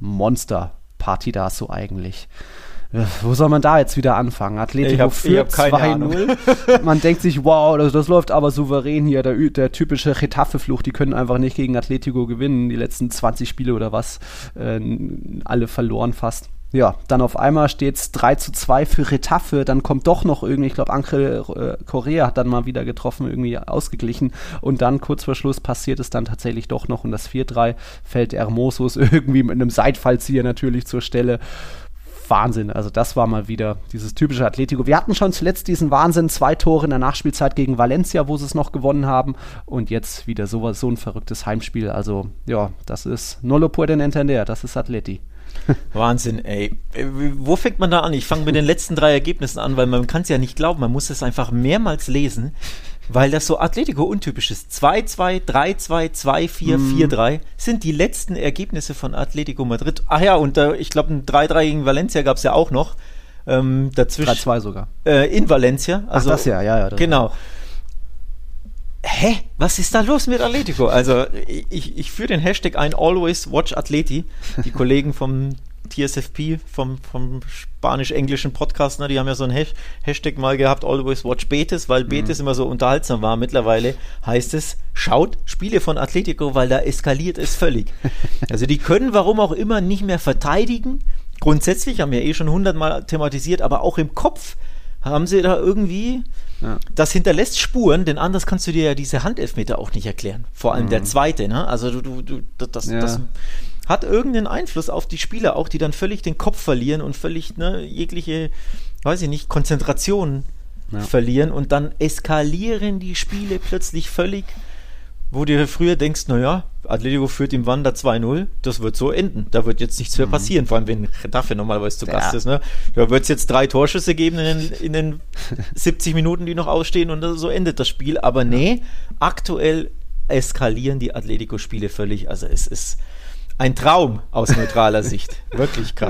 Monster-Partidaso eigentlich. Wo soll man da jetzt wieder anfangen? Atletico führt zwei null. Man denkt sich, wow, das, das läuft aber souverän hier. Der, der typische Getafe-Fluch, die können einfach nicht gegen Atletico gewinnen. Die letzten zwanzig Spiele oder was, äh, alle verloren fast. Ja, dann auf einmal steht es drei zu zwei für Getafe. Dann kommt doch noch irgendwie, ich glaube, Angel äh, Correa hat dann mal wieder getroffen, irgendwie ausgeglichen. Und dann kurz vor Schluss passiert es dann tatsächlich doch noch. Und das vier drei fällt Hermosos irgendwie mit einem Seitfallzieher natürlich zur Stelle. Wahnsinn, also das war mal wieder dieses typische Atletico. Wir hatten schon zuletzt diesen Wahnsinn, zwei Tore in der Nachspielzeit gegen Valencia, wo sie es noch gewonnen haben und jetzt wieder so, so ein verrücktes Heimspiel, also ja, das ist no lo pueden entender, das ist Atleti. Wahnsinn, ey. Wo fängt man da an? Ich fange mit den letzten drei Ergebnissen an, weil man kann es ja nicht glauben, man muss es einfach mehrmals lesen, weil das so Atletico untypisch ist. zwei zwei, drei zwei, zwei vier, mm. vier drei sind die letzten Ergebnisse von Atletico Madrid. Ach ja, und äh, ich glaube ein drei drei gegen Valencia gab es ja auch noch. Ähm, dazwischen, drei zwei sogar. Äh, in Valencia. Also, Ach, das ja, ja, ja. Das genau. Hä? Was ist da los mit Atletico? Also ich, ich führe den Hashtag ein, Always Watch Atleti. Die Kollegen vom T S F P, vom, vom spanisch-englischen Podcast, ne, die haben ja so ein Has- Hashtag mal gehabt, Always Watch Betis, weil Betis mhm. immer so unterhaltsam war. Mittlerweile heißt es, schaut Spiele von Atletico, weil da eskaliert es völlig. Also die können, warum auch immer, nicht mehr verteidigen. Grundsätzlich, haben wir eh schon hundertmal thematisiert, aber auch im Kopf haben sie da irgendwie, ja. das hinterlässt Spuren, denn anders kannst du dir ja diese Handelfmeter auch nicht erklären. Vor allem mhm. der zweite, ne? Also du, du, du das, ja. das hat irgendeinen Einfluss auf die Spieler auch, die dann völlig den Kopf verlieren und völlig, ne, jegliche, weiß ich nicht, Konzentration ja. verlieren und dann eskalieren die Spiele plötzlich völlig, wo du dir früher denkst, naja, Atletico führt im Wander zwei null, das wird so enden. Da wird jetzt nichts mehr passieren, vor allem wenn Getafe normalerweise zu Gast ja. ist. Ne? Da wird es jetzt drei Torschüsse geben in den, in den siebzig Minuten, die noch ausstehen und so endet das Spiel. Aber nee, aktuell eskalieren die Atletico-Spiele völlig. Also es ist ein Traum aus neutraler Sicht. Wirklich krass.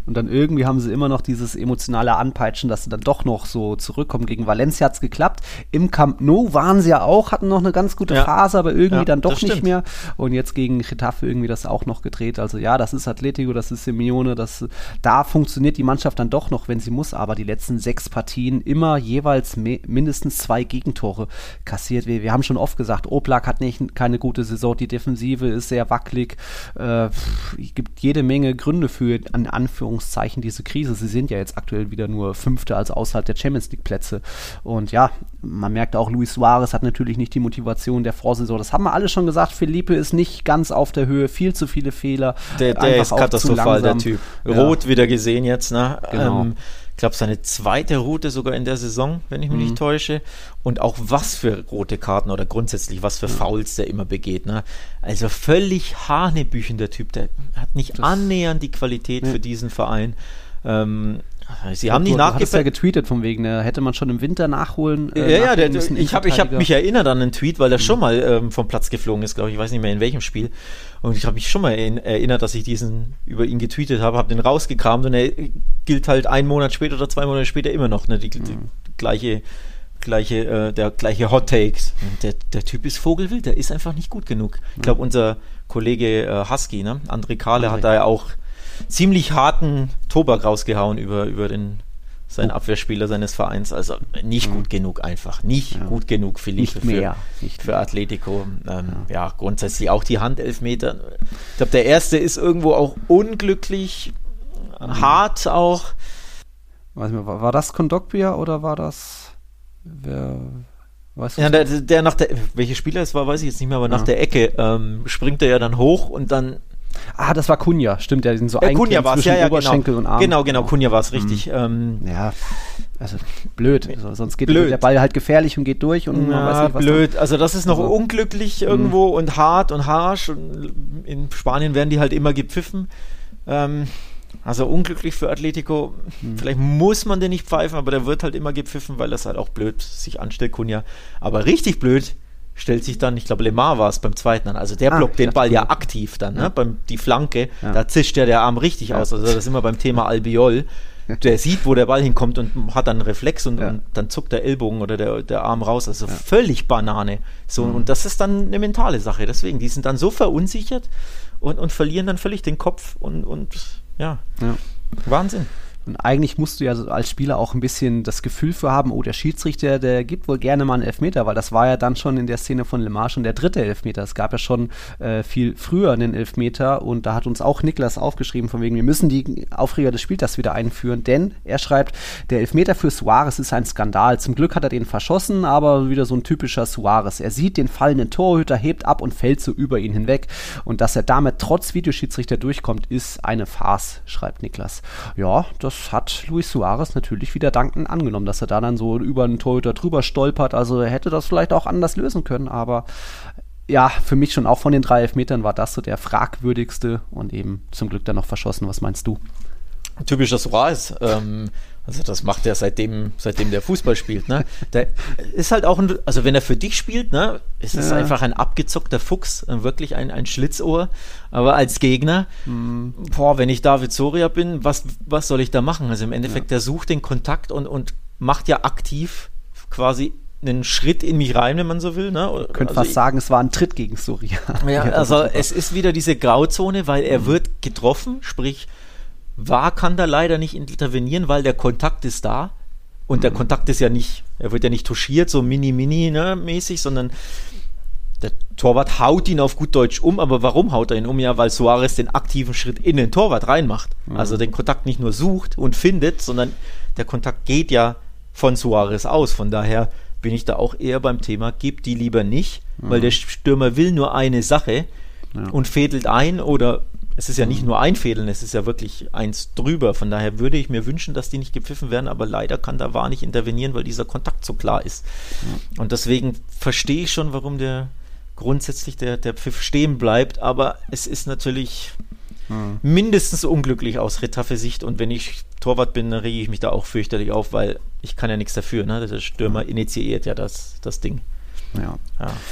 Und dann irgendwie haben sie immer noch dieses emotionale Anpeitschen, dass sie dann doch noch so zurückkommen. Gegen Valencia hat es geklappt. Im Camp Nou waren sie ja auch, hatten noch eine ganz gute ja. Phase, aber irgendwie ja, dann doch nicht stimmt. mehr. Und jetzt gegen Getafe irgendwie das auch noch gedreht. Also ja, das ist Atletico, das ist Simeone, das, da funktioniert die Mannschaft dann doch noch, wenn sie muss. Aber die letzten sechs Partien immer jeweils me- mindestens zwei Gegentore kassiert. Wir, wir haben schon oft gesagt, Oblak hat nicht keine gute Saison, die Defensive ist sehr wackelig. Äh, pff, gibt jede Menge Gründe für, an Anführungszeichen, diese Krise. Sie sind ja jetzt aktuell wieder nur Fünfte, also außerhalb der Champions League Plätze. Und ja, man merkt auch, Luis Suarez hat natürlich nicht die Motivation der Vorsaison. Das haben wir alle schon gesagt. Felipe ist nicht ganz auf der Höhe, viel zu viele Fehler. Der, der ist katastrophal, der Typ. Rot ja. wieder gesehen jetzt, ne? Genau. Ähm, ich glaube, seine zweite Rote sogar in der Saison, wenn ich mich mhm. nicht täusche. Und auch was für rote Karten oder grundsätzlich was für Fouls der immer begeht. Ne? Also völlig hanebüchen, der Typ. Der hat nicht das annähernd die Qualität ja. für diesen Verein. Ähm, Sie haben du, nicht nachgefragt. Du hast ja getweetet von wegen, ne? Hätte man schon im Winter nachholen äh, Ja, ja, der, ich habe ich hab mich erinnert an einen Tweet, weil er mhm. schon mal ähm, vom Platz geflogen ist, glaube ich. Ich weiß nicht mehr in welchem Spiel. Und ich habe mich schon mal in, erinnert, dass ich diesen über ihn getweetet habe, habe den rausgekramt und er gilt halt einen Monat später oder zwei Monate später immer noch. Ne? Die, die, die gleiche, gleiche, äh, der gleiche Hot Takes. Und der, der Typ ist vogelwild, der ist einfach nicht gut genug. Ich glaube, unser Kollege äh, Husky, ne? André Kahle, André. hat da ja auch ziemlich harten Tobak rausgehauen über, über den, seinen Abwehrspieler seines Vereins. Also nicht mhm. gut genug einfach. Nicht ja. gut genug, Felipe, nicht mehr. für, nicht für Atletico. Ähm, ja. ja, grundsätzlich auch die Handelfmeter. Ich glaube, der erste ist irgendwo auch unglücklich, mhm. hart auch. Weiß nicht, war, war das Kondogbia oder war das wer... Weißt du ja, der, der nach der, welche Spieler es war, weiß ich jetzt nicht mehr, aber ja. nach der Ecke ähm, springt er ja dann hoch und dann Ah, das war Kunja, stimmt, der sind so äh, Kunja war es, ja, ja, Oberschenkel genau. und Arm. Genau, genau, Kunja war es, richtig. Mhm. Ähm, ja, also blöd, also, sonst geht blöd. der Ball halt gefährlich und geht durch und ja, man weiß nicht, was blöd, dann, also das ist noch also, unglücklich irgendwo und hart und harsch und in Spanien werden die halt immer gepfiffen. Ähm, also unglücklich für Atletico, mhm. vielleicht muss man den nicht pfeifen, aber der wird halt immer gepfiffen, weil das halt auch blöd sich anstellt, Kunja. Aber richtig blöd stellt sich dann, ich glaube, Lemar war es beim zweiten an, also der ah, blockt den Ball ja aktiv dann, ja. ne? Beim, die Flanke, ja. da zischt ja der Arm richtig ja. aus, also das ist immer beim Thema Albiol, der sieht, wo der Ball hinkommt und hat dann einen Reflex und, ja. und dann zuckt der Ellbogen oder der, der Arm raus, also ja. völlig Banane, so mhm. und das ist dann eine mentale Sache, deswegen, die sind dann so verunsichert und, und verlieren dann völlig den Kopf und, und ja. ja, Wahnsinn. Und eigentlich musst du ja als Spieler auch ein bisschen das Gefühl für haben, oh, der Schiedsrichter, der gibt wohl gerne mal einen Elfmeter, weil das war ja dann schon in der Szene von Lemar schon der dritte Elfmeter. Es gab ja schon äh, viel früher einen Elfmeter und da hat uns auch Niklas aufgeschrieben, von wegen, wir müssen die Aufreger des Spieltags wieder einführen, denn er schreibt, der Elfmeter für Suarez ist ein Skandal. Zum Glück hat er den verschossen, aber wieder so ein typischer Suarez. Er sieht den fallenden Torhüter, hebt ab und fällt so über ihn hinweg und dass er damit trotz Videoschiedsrichter durchkommt, ist eine Farce, schreibt Niklas. Ja, das hat Luis Suarez natürlich wieder dankend angenommen, dass er da dann so über einen Torhüter drüber stolpert. Also er hätte das vielleicht auch anders lösen können, aber ja, für mich schon auch von den drei Elfmetern war das so der fragwürdigste und eben zum Glück dann noch verschossen. Was meinst du? Typischer Suarez. Ähm, also das macht er seitdem, seitdem der Fußball spielt. Ne? Der ist halt auch, ein, also wenn er für dich spielt, ne, ist es ja. einfach ein abgezockter Fuchs, wirklich ein, ein Schlitzohr. Aber als Gegner, mhm. boah, wenn ich David Soria bin, was, was soll ich da machen? Also im Endeffekt, ja. der sucht den Kontakt und, und macht ja aktiv quasi einen Schritt in mich rein, wenn man so will. Ne? Ich könnte also fast ich, sagen, es war ein Tritt gegen Soria. Ja, also es ist wieder diese Grauzone, weil er mhm. wird getroffen, sprich V A R kann da leider nicht intervenieren, weil der Kontakt ist da und mhm. der Kontakt ist ja nicht, er wird ja nicht touchiert, so mini-mini ne, mäßig, sondern der Torwart haut ihn auf gut Deutsch um, aber warum haut er ihn um? Ja, weil Suarez den aktiven Schritt in den Torwart reinmacht, mhm. also den Kontakt nicht nur sucht und findet, sondern der Kontakt geht ja von Suarez aus, von daher bin ich da auch eher beim Thema, gebt die lieber nicht, mhm. weil der Stürmer will nur eine Sache ja. und fädelt ein oder es ist ja nicht nur ein Fädeln, es ist ja wirklich eins drüber. Von daher würde ich mir wünschen, dass die nicht gepfiffen werden, aber leider kann da V A R nicht intervenieren, weil dieser Kontakt so klar ist. Ja. Und deswegen verstehe ich schon, warum der grundsätzlich der, der Pfiff stehen bleibt, aber es ist natürlich hm. mindestens unglücklich aus Retafe-Sicht und wenn ich Torwart bin, dann rege ich mich da auch fürchterlich auf, weil ich kann ja nichts dafür. Ne? Der Stürmer initiiert ja das, das Ding. Ja. ja.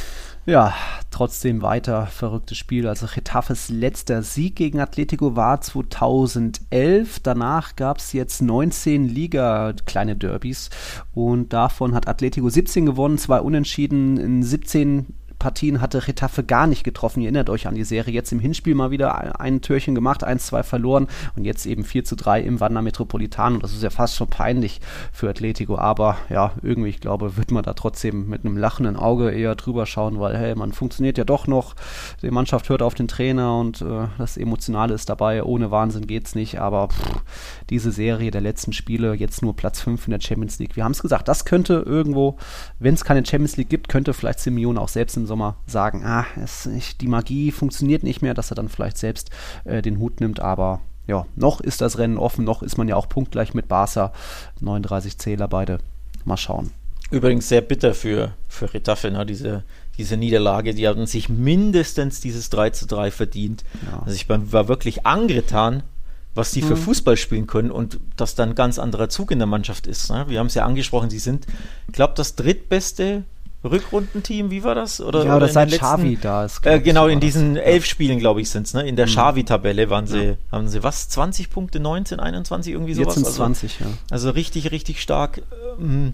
Ja, trotzdem weiter verrücktes Spiel. Also Getafes letzter Sieg gegen Atletico war zweitausendelf. Danach gab es jetzt neunzehn Liga kleine Derbys und davon hat Atletico siebzehn gewonnen, zwei Unentschieden. In siebzehn Partien hatte Getafe gar nicht getroffen. Ihr erinnert euch an die Serie. Jetzt im Hinspiel mal wieder ein Türchen gemacht, eins zwei verloren und jetzt eben vier zu drei im Wanda Metropolitano. Das ist ja fast schon peinlich für Atletico, aber ja, irgendwie, ich glaube, wird man da trotzdem mit einem lachenden Auge eher drüber schauen, weil hey, man funktioniert ja doch noch. Die Mannschaft hört auf den Trainer und äh, das Emotionale ist dabei. Ohne Wahnsinn geht's nicht, aber pff, diese Serie der letzten Spiele, jetzt nur Platz fünf in der Champions League. Wir haben es gesagt, das könnte irgendwo, wenn es keine Champions League gibt, könnte vielleicht Simeone auch selbst im Sommer sagen, ah, es, ich, die Magie funktioniert nicht mehr, dass er dann vielleicht selbst äh, den Hut nimmt, aber ja, noch ist das Rennen offen, noch ist man ja auch punktgleich mit Barca, neununddreißig Zähler beide, mal schauen. Übrigens sehr bitter für, für Getafe, ne? diese, diese Niederlage, die hatten sich mindestens dieses drei zu drei verdient, ja. Also ich war wirklich angetan, was die für mhm. Fußball spielen können und dass da ein ganz anderer Zug in der Mannschaft ist. Ne? Wir haben es ja angesprochen, sie sind, ich glaube, das drittbeste Rückrundenteam, wie war das? Oder, ja, oder das seit Xavi da ist. Äh, genau, so in diesen das. elf Spielen, glaube ich, sind es. Ne? In der mhm. Xavi-Tabelle waren sie, ja. haben sie was, zwanzig Punkte, neunzehn, einundzwanzig, irgendwie sowas? Jetzt sind zwanzig, also, ja. Also richtig, richtig stark. Ähm,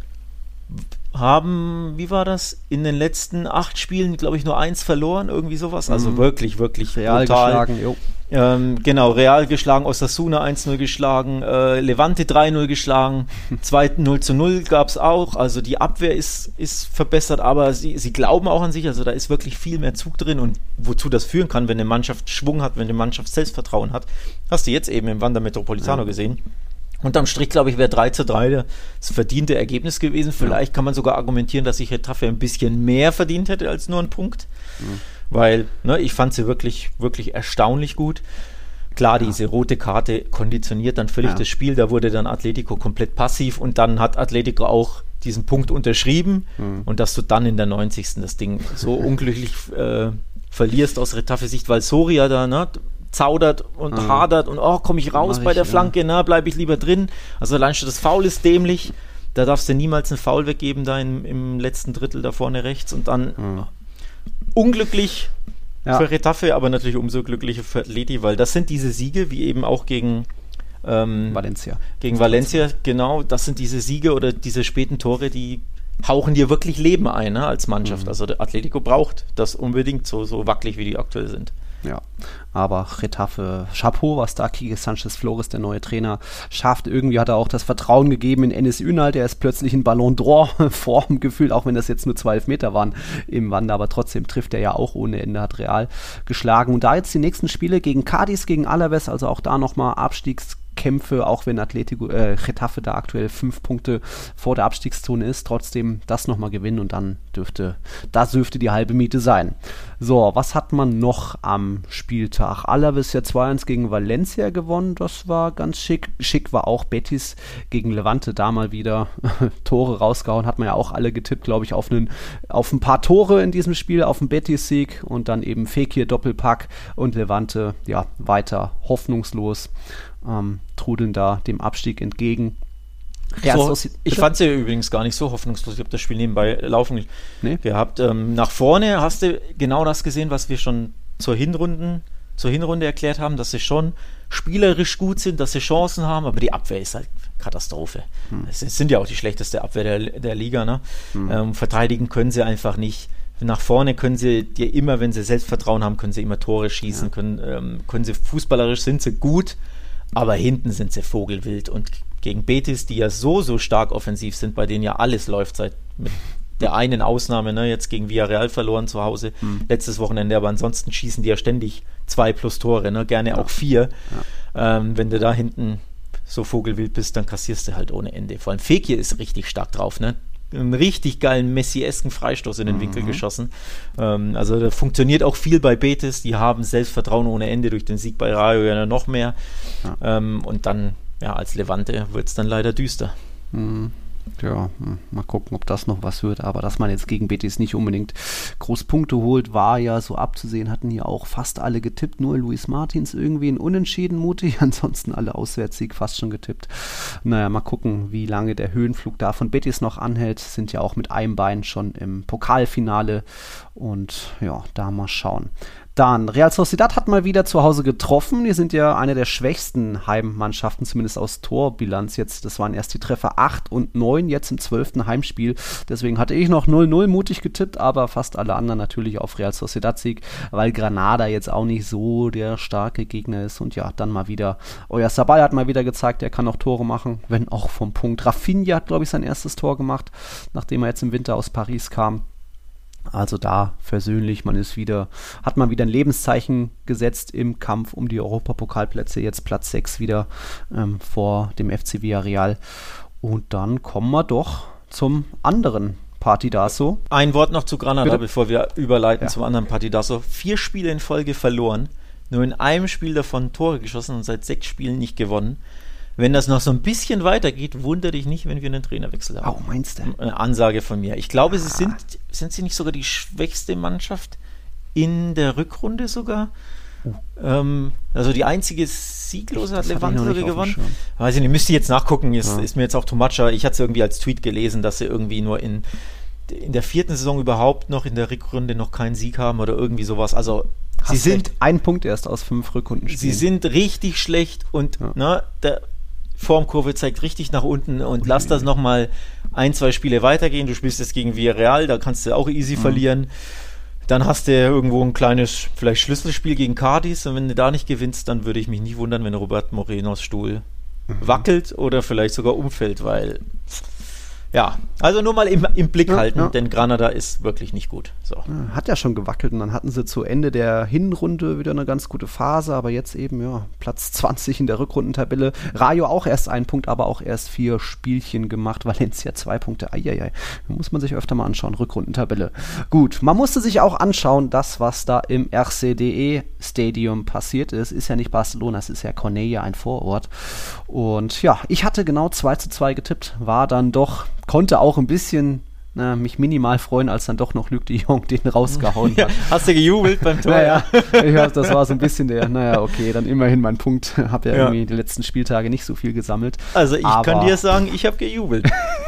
haben, wie war das? In den letzten acht Spielen, glaube ich, nur eins verloren, irgendwie sowas. Also mhm. wirklich, wirklich Real brutal. geschlagen, jo. Ähm, genau, Real geschlagen, Osasuna eins null geschlagen, äh, Levante drei null geschlagen, zwei null zu null gab es auch, also die Abwehr ist, ist verbessert, aber sie, sie glauben auch an sich, also da ist wirklich viel mehr Zug drin und wozu das führen kann, wenn eine Mannschaft Schwung hat, wenn eine Mannschaft Selbstvertrauen hat, hast du jetzt eben im Wanda Metropolitano ja. gesehen. Unterm Strich, glaube ich, wäre drei zu drei das verdiente Ergebnis gewesen. Vielleicht ja. kann man sogar argumentieren, dass sich Getafe ein bisschen mehr verdient hätte als nur einen Punkt. Mhm. Weil, ne, ich fand sie wirklich, wirklich erstaunlich gut. Klar, ja. diese rote Karte konditioniert dann völlig ja. das Spiel. Da wurde dann Atletico komplett passiv und dann hat Atletico auch diesen Punkt unterschrieben. Mhm. Und dass du dann in der neunzigsten das Ding so unglücklich äh, verlierst aus Getafe-Sicht, weil Soria da, ne, zaudert und mhm. hadert und oh, komme ich raus Mach bei der ich, Flanke, ja. na, bleibe ich lieber drin. Also allein schon das Foul ist dämlich. Da darfst du niemals einen Foul weggeben, da im, im letzten Drittel da vorne rechts und dann mhm. unglücklich ja. für Getafe, aber natürlich umso glücklicher für Atleti, weil das sind diese Siege, wie eben auch gegen ähm, Valencia. Gegen Valencia, genau, das sind diese Siege oder diese späten Tore, die hauchen dir wirklich Leben ein, ne, als Mannschaft. Mhm. Also der Atletico braucht das unbedingt, so, so wackelig wie die aktuell sind. Ja, aber Getafe, Chapeau, was da Quique Sanchez Flores, der neue Trainer, schafft. Irgendwie hat er auch das Vertrauen gegeben in Enes Ünal, der ist plötzlich in Ballon d'Or Form gefühlt, auch wenn das jetzt nur zwölf Meter waren im Wanda, aber trotzdem trifft er ja auch ohne Ende, hat Real geschlagen. Und da jetzt die nächsten Spiele gegen Cádiz, gegen Alaves, also auch da nochmal Abstiegs Kämpfe, auch wenn Atletico, äh, Getafe da aktuell fünf Punkte vor der Abstiegszone ist, trotzdem das nochmal gewinnen und dann dürfte, das dürfte die halbe Miete sein. So, was hat man noch am Spieltag? Alaves ja zwei eins gegen Valencia gewonnen, das war ganz schick. Schick war auch Betis gegen Levante, da mal wieder Tore rausgehauen, hat man ja auch alle getippt, glaube ich, auf, einen, auf ein paar Tore in diesem Spiel, auf einen Betis-Sieg und dann eben Fekir Doppelpack und Levante, ja, weiter hoffnungslos. Ähm, trudeln da dem Abstieg entgegen. Ja, so, so, ich fand sie übrigens gar nicht so hoffnungslos. Ich habe das Spiel nebenbei laufen nee. gehabt. Ähm, nach vorne hast du genau das gesehen, was wir schon zur Hinrunden, zur Hinrunde erklärt haben, dass sie schon spielerisch gut sind, dass sie Chancen haben, aber die Abwehr ist halt Katastrophe. Hm. Es sind ja auch die schlechteste Abwehr der, der Liga. Ne? Hm. Ähm, verteidigen können sie einfach nicht. Nach vorne können sie dir immer, wenn sie Selbstvertrauen haben, können sie immer Tore schießen, ja. können, ähm, können sie fußballerisch, sind sie gut, aber hinten sind sie vogelwild und gegen Betis, die ja so, so stark offensiv sind, bei denen ja alles läuft seit mit der einen Ausnahme, ne, jetzt gegen Villarreal verloren zu Hause, mhm. letztes Wochenende, aber ansonsten schießen die ja ständig zwei plus Tore, ne, gerne ja. auch vier. Ja. Ähm, wenn du da hinten so vogelwild bist, dann kassierst du halt ohne Ende. Vor allem Fekir ist richtig stark drauf, ne? Einen richtig geilen Messi-esken Freistoß in den mhm. Winkel geschossen. Ähm, also da funktioniert auch viel bei Betis. Die haben Selbstvertrauen ohne Ende durch den Sieg bei Rayo ja noch mehr. Ja. Ähm, und dann, ja, als Levante wird es dann leider düster. Mhm. Ja, mal gucken, ob das noch was wird. Aber dass man jetzt gegen Betis nicht unbedingt groß Punkte holt, war ja so abzusehen. Hatten hier auch fast alle getippt. Nur Luis Martins irgendwie ein Unentschieden mutig. Ansonsten alle Auswärtssieg fast schon getippt. Naja, mal gucken, wie lange der Höhenflug da von Betis noch anhält. Sind ja auch mit einem Bein schon im Pokalfinale. Und ja, da mal schauen. Dann, Real Sociedad hat mal wieder zu Hause getroffen. Die sind ja eine der schwächsten Heimmannschaften, zumindest aus Torbilanz jetzt. Das waren erst die Treffer acht und neun, jetzt im zwölften Heimspiel. Deswegen hatte ich noch null null mutig getippt, aber fast alle anderen natürlich auf Real Sociedad-Sieg, weil Granada jetzt auch nicht so der starke Gegner ist. Und ja, dann mal wieder, Oyarzabal hat mal wieder gezeigt, er kann auch Tore machen, wenn auch vom Punkt. Rafinha hat, glaube ich, sein erstes Tor gemacht, nachdem er jetzt im Winter aus Paris kam. Also da versöhnlich, man ist wieder, hat man wieder ein Lebenszeichen gesetzt im Kampf um die Europapokalplätze, jetzt Platz sechs wieder ähm, vor dem F C Villarreal. Und dann kommen wir doch zum anderen Partidazo. Ein Wort noch zu Granada, Bitte? bevor wir überleiten Ja. zum anderen Partidazo. Vier Spiele in Folge verloren, nur in einem Spiel davon Tore geschossen und seit sechs Spielen nicht gewonnen. Wenn das noch so ein bisschen weitergeht, wundere dich nicht, wenn wir einen Trainerwechsel haben. Oh, meinst du? Eine Ansage von mir. Ich glaube, sie sind, sind sie nicht sogar die schwächste Mannschaft in der Rückrunde sogar? Uh. Ähm, also die einzige Sieglose hat Das hab ich Levante noch nicht sogar auf dem gewonnen. Schirm. Weiß ich nicht, müsste ich jetzt nachgucken, ist, Ja. ist mir jetzt auch too much. Ich hatte es irgendwie als Tweet gelesen, dass sie irgendwie nur in, in der vierten Saison überhaupt noch in der Rückrunde noch keinen Sieg haben oder irgendwie sowas. Also Hast sie sind, recht, ein Punkt erst aus fünf Rückrundenspielen. sie sind richtig schlecht und Ja. ne, der Formkurve zeigt richtig nach unten und lass das nochmal ein, zwei Spiele weitergehen. Du spielst jetzt gegen Villarreal, da kannst du auch easy Mhm. verlieren. Dann hast du irgendwo ein kleines, vielleicht Schlüsselspiel gegen Cadiz und wenn du da nicht gewinnst, dann würde ich mich nicht wundern, wenn Robert Morenos Stuhl Mhm. wackelt oder vielleicht sogar umfällt, weil ja, also nur mal im, im Blick Ja, halten, ja. denn Granada ist wirklich nicht gut. So. Ja, hat ja schon gewackelt und dann hatten sie zu Ende der Hinrunde wieder eine ganz gute Phase, aber jetzt eben, ja, Platz zwanzig in der Rückrundentabelle. Rayo auch erst ein Punkt, aber auch erst vier Spielchen gemacht. Valencia zwei Punkte. Eieiei. Da muss man sich öfter mal anschauen, Rückrundentabelle. Gut, man musste sich auch anschauen, das, was da im R C D E Stadium passiert ist. Ist ja nicht Barcelona, es ist ja Cornellà, ein Vorort. Und ja, ich hatte genau zwei zu zwei getippt, war dann doch, konnte auch ein bisschen na, mich minimal freuen, als dann doch noch Luc de Jong den rausgehauen Ja, hat. hast du gejubelt beim Tor? Naja, ich hab, das war so ein bisschen der, naja, okay, dann immerhin mein Punkt. Habe ja, Ja. irgendwie die letzten Spieltage nicht so viel gesammelt. Also ich Aber- kann dir sagen, ich habe gejubelt.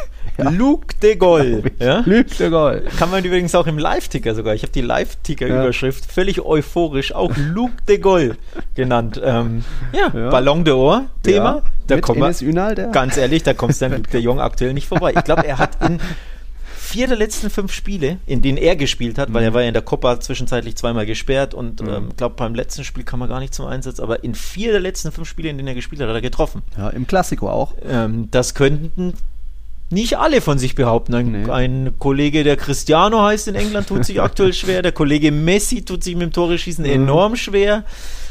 Luc de Gol. Ja? Luc de Gol. Kann man übrigens auch im Live-Ticker sogar. Ich habe die Live-Ticker-Überschrift völlig euphorisch auch Luc de Gol genannt. Ähm, ja, Ja. Ballon d'Or Thema. Ja, Da mit kommen wir, Enes Ünal, der ganz ehrlich, da kommst du an Luc de Jong aktuell nicht vorbei. Ich glaube, er hat in vier der letzten fünf Spiele, in denen er gespielt hat, weil er war ja in der Copa zwischenzeitlich zweimal gesperrt und ich Mhm. ähm, glaube, beim letzten Spiel kam er gar nicht zum Einsatz, aber in vier der letzten fünf Spiele, in denen er gespielt hat, hat er getroffen. ja, im Klassiko auch. Ähm, das könnten nicht alle von sich behaupten. Ein, Nee. ein Kollege, der Cristiano heißt in England, tut sich aktuell schwer. Der Kollege Messi tut sich mit dem Tore-Schießen Mhm. enorm schwer.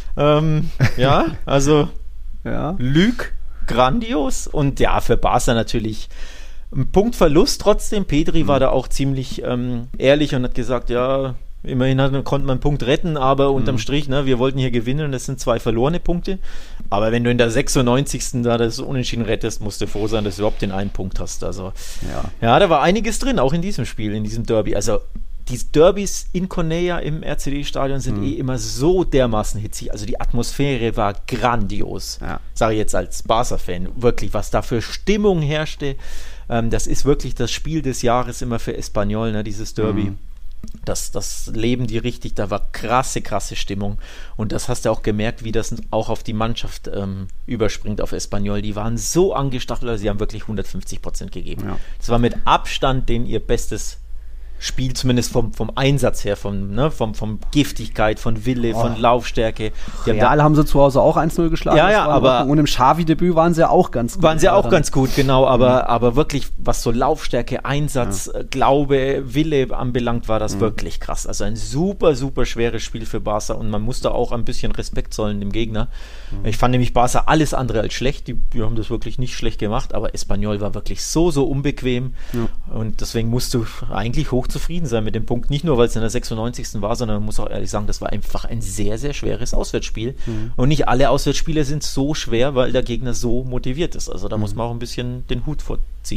Ähm, ja, also Ja. Luc, grandios. Und ja, für Barca natürlich ein Punktverlust trotzdem. Pedri Mhm. war da auch ziemlich ähm, ehrlich und hat gesagt, ja, immerhin hat, konnte man einen Punkt retten, aber unterm Mhm. Strich, ne, wir wollten hier gewinnen und das sind zwei verlorene Punkte. Aber wenn du in der sechsundneunzigsten da das Unentschieden rettest, musst du froh sein, dass du überhaupt den einen Punkt hast. Also Ja. ja, da war einiges drin, auch in diesem Spiel, in diesem Derby. Also die Derbys in Cornellà im R C D-Stadion sind Mhm. eh immer so dermaßen hitzig. Also die Atmosphäre war grandios. Ja. Sage ich jetzt als Barca-Fan. Wirklich, was da für Stimmung herrschte. Ähm, das ist wirklich das Spiel des Jahres immer für Espanyol, ne, dieses Derby. Mhm. Das, das leben die richtig, da war krasse, krasse Stimmung. Und das hast du auch gemerkt, wie das auch auf die Mannschaft ähm, überspringt, auf Espanyol. Die waren so angestachelt, also sie haben wirklich hundertfünfzig Prozent gegeben. Ja. Das war mit Abstand den ihr bestes Spiel, zumindest vom, vom Einsatz her, vom, ne, vom, vom Giftigkeit, von Wille, Oh. von Laufstärke. Die haben da- Real haben sie zu Hause auch eins null geschlagen. Ja, das ja, war in aber- Ordnung. Und im Xavi-Debüt waren sie ja auch ganz gut. Waren sie auch dann- ganz gut, genau, aber, aber wirklich, was so Laufstärke, Einsatz, äh, Glaube, Wille anbelangt, war das wirklich krass. Also ein super, super schweres Spiel für Barca und man musste auch ein bisschen Respekt zollen dem Gegner. Ich fand nämlich Barca alles andere als schlecht, die, die haben das wirklich nicht schlecht gemacht, aber Espanyol war wirklich so, so unbequem und deswegen musst du eigentlich hochzufrieden sein mit dem Punkt, nicht nur, weil es in der sechsundneunzigsten war, sondern man muss auch ehrlich sagen, das war einfach ein sehr, sehr schweres Auswärtsspiel und nicht alle Auswärtsspiele sind so schwer, weil der Gegner so motiviert ist. Also da muss man auch ein bisschen den Hut vorziehen.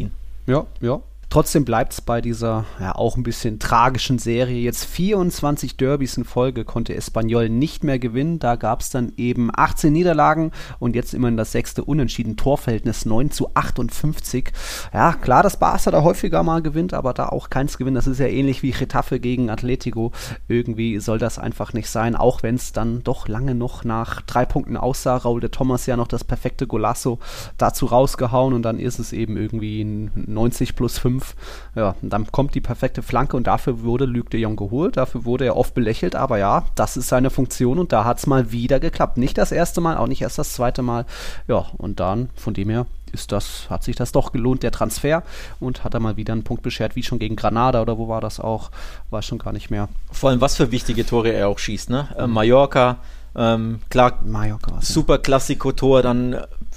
Ja, ja. Trotzdem bleibt es bei dieser ja auch ein bisschen tragischen Serie. Jetzt vierundzwanzig Derbys in Folge konnte Espanyol nicht mehr gewinnen. Da gab es dann eben achtzehn Niederlagen und jetzt immerhin das sechste Unentschieden. Torverhältnis neun zu achtundfünfzig. Ja, klar, dass Barca da häufiger mal gewinnt, aber da auch keins gewinnt. Das ist ja ähnlich wie Getafe gegen Atletico. Irgendwie soll das einfach nicht sein, auch wenn es dann doch lange noch nach drei Punkten aussah. Raúl de Tomás ja noch das perfekte Golazo dazu rausgehauen und dann ist es eben irgendwie ein neunzig plus fünf. Ja, und dann kommt die perfekte Flanke und dafür wurde Luc de Jong geholt, dafür wurde er oft belächelt, aber ja, das ist seine Funktion und da hat es mal wieder geklappt. Nicht das erste Mal, auch nicht erst das zweite Mal. Ja, und dann, von dem her, ist das, hat sich das doch gelohnt, der Transfer, und hat er mal wieder einen Punkt beschert, wie schon gegen Granada oder wo war das auch, weiß schon gar nicht mehr. Vor allem, was für wichtige Tore er auch schießt, ne? Äh, Mallorca, ähm, klar, Mallorca super Klassiko-Tor, dann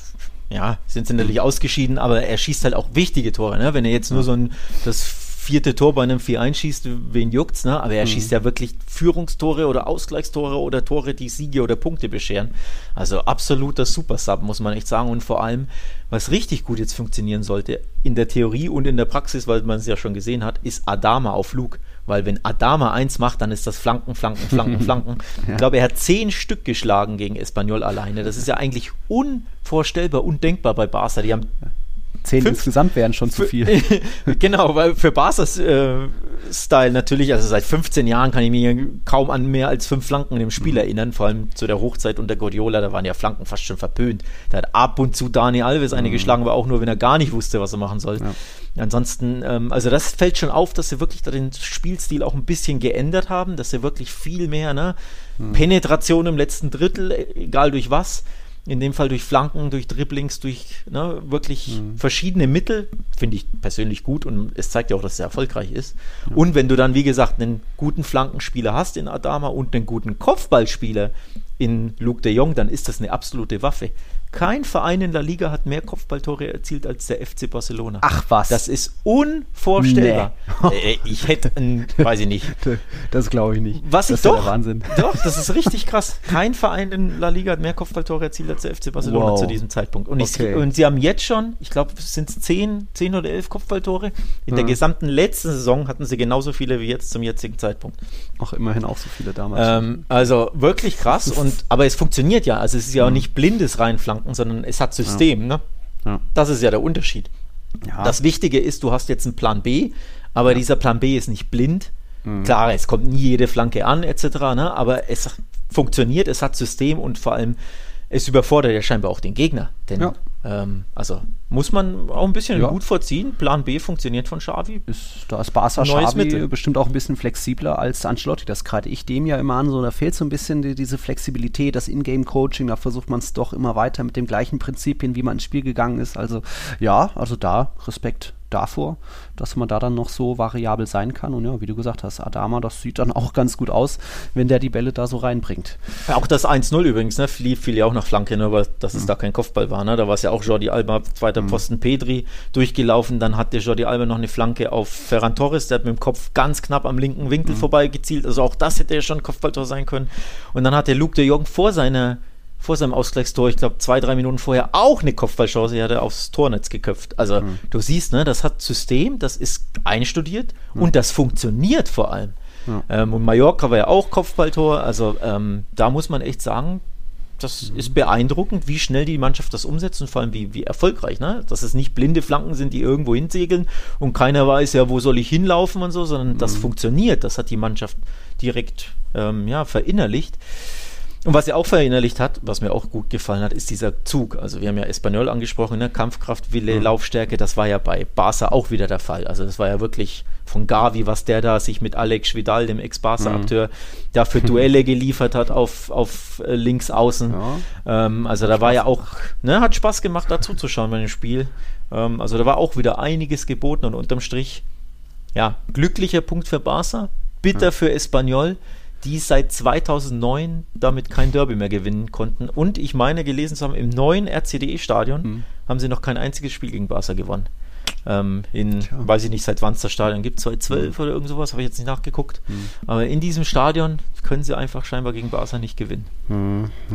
ja, sind sie natürlich ausgeschieden, aber er schießt halt auch wichtige Tore, ne? Wenn er jetzt nur so ein, das vierte Tor bei einem vier eins schießt, wen juckt's, ne? Aber er mhm. schießt ja wirklich Führungstore oder Ausgleichstore oder Tore, die Siege oder Punkte bescheren. Also absoluter Supersub, muss man echt sagen. Und vor allem, was richtig gut jetzt funktionieren sollte, in der Theorie und in der Praxis, weil man es ja schon gesehen hat, ist Adama auf Luc. Weil wenn Adama eins macht, dann ist das Flanken, Flanken, Flanken, Flanken. Ja. Ich glaube, er hat zehn Stück geschlagen gegen Espanyol alleine. Das ist ja eigentlich unvorstellbar, undenkbar bei Barca. Die haben Zehn fünf, insgesamt wären schon zu viel. Genau, weil für Barca's äh, Style natürlich, also seit fünfzehn Jahren kann ich mich kaum an mehr als fünf Flanken in dem Spiel mhm. erinnern, vor allem zu der Hochzeit unter Guardiola, da waren ja Flanken fast schon verpönt. Da hat ab und zu Dani Alves eine mhm. geschlagen, aber auch nur, wenn er gar nicht wusste, was er machen soll. Ja. Ansonsten, ähm, also das fällt schon auf, dass sie wirklich da den Spielstil auch ein bisschen geändert haben, dass sie wirklich viel mehr, ne, mhm. Penetration im letzten Drittel, egal durch was, in dem Fall durch Flanken, durch Dribblings, durch ne, wirklich mhm. verschiedene Mittel, finde ich persönlich gut und es zeigt ja auch, dass er erfolgreich ist. Ja. Und wenn du dann, wie gesagt, einen guten Flankenspieler hast in Adama und einen guten Kopfballspieler in Luc de Jong, dann ist das eine absolute Waffe. Kein Verein in La Liga hat mehr Kopfballtore erzielt als der F C Barcelona. Ach was. Das ist unvorstellbar. Nee. Ich hätte, ein, weiß ich nicht. Das glaube ich nicht. Was das ich doch, ist der Wahnsinn. Doch, das ist richtig krass. Kein Verein in La Liga hat mehr Kopfballtore erzielt als der F C Barcelona wow. zu diesem Zeitpunkt. Und, okay. ich, und sie haben jetzt schon, ich glaube, sind es zehn, zehn oder elf Kopfballtore. In mhm. der gesamten letzten Saison hatten sie genauso viele wie jetzt zum jetzigen Zeitpunkt. Auch immerhin auch so viele damals. Ähm, also wirklich krass. Und, aber es funktioniert ja. Also es ist ja mhm. auch nicht blindes Reinflanken, sondern es hat System. Ja. Ne? Ja. Das ist ja der Unterschied. Ja. Das Wichtige ist, du hast jetzt einen Plan B, aber ja. dieser Plan B ist nicht blind. Mhm. Klar, es kommt nie jede Flanke an, et cetera. Ne? Aber es funktioniert, es hat System und vor allem, es überfordert ja scheinbar auch den Gegner. Denn, ja. ähm, also muss man auch ein bisschen ja. gut vorziehen. Plan B funktioniert von Xavi. Ist, da ist Barca Xavi Mittel. bestimmt auch ein bisschen flexibler als Ancelotti. Das kreide ich dem ja immer an. So, da fehlt so ein bisschen die, diese Flexibilität, das Ingame-Coaching. Da versucht man es doch immer weiter mit den gleichen Prinzipien, wie man ins Spiel gegangen ist. Also ja, also da Respekt davor, dass man da dann noch so variabel sein kann. Und ja, wie du gesagt hast, Adama, das sieht dann auch ganz gut aus, wenn der die Bälle da so reinbringt. Ja, auch das eins null übrigens, ne, fiel, fiel ja auch nach Flanke, ne, weil dass es mhm. da kein Kopfball war. Ne? Da war es ja auch Jordi Alba, zweiter mhm. Posten Pedri durchgelaufen. Dann hat der Jordi Alba noch eine Flanke auf Ferran Torres, der hat mit dem Kopf ganz knapp am linken Winkel mhm. vorbei gezielt. Also auch das hätte ja schon ein Kopfballtor sein können. Und dann hat der Luc de Jong vor seiner vor seinem Ausgleichstor, ich glaube zwei, drei Minuten vorher, auch eine Kopfballchance, die hat er aufs Tornetz geköpft. Also mhm. du siehst, ne, das hat System, das ist einstudiert mhm. und das funktioniert vor allem. Ja. Ähm, und Mallorca war ja auch Kopfballtor, also ähm, da muss man echt sagen, das mhm. ist beeindruckend, wie schnell die Mannschaft das umsetzt und vor allem wie, wie erfolgreich, ne? Dass es nicht blinde Flanken sind, die irgendwo hinsegeln und keiner weiß ja, wo soll ich hinlaufen und so, sondern mhm. das funktioniert, das hat die Mannschaft direkt ähm, ja, verinnerlicht. Und was er auch verinnerlicht hat, was mir auch gut gefallen hat, ist dieser Zug. Also wir haben ja Espanyol angesprochen, ne? Kampfkraft, Wille, mhm. Laufstärke, das war ja bei Barca auch wieder der Fall. Also das war ja wirklich von Gavi, was der da sich mit Alex Vidal, dem Ex-Barca-Akteur, mhm. da für Duelle geliefert hat auf, auf äh, links außen. Ja. Ähm, also da war ja auch, ne, hat Spaß gemacht, da zuzuschauen bei dem Spiel. Ähm, also da war auch wieder einiges geboten und unterm Strich, ja, glücklicher Punkt für Barca, bitter mhm. für Espanyol, die seit zweitausendneun damit kein Derby mehr gewinnen konnten. Und ich meine, gelesen zu haben, im neuen R C D E-Stadion mhm. haben sie noch kein einziges Spiel gegen Barca gewonnen. Ähm, in, Tja. weiß ich nicht, seit wann es das Stadion gibt, zweitausendzwölf mhm. oder irgend sowas, habe ich jetzt nicht nachgeguckt. Mhm. Aber in diesem Stadion können sie einfach scheinbar gegen Barca nicht gewinnen. Mhm.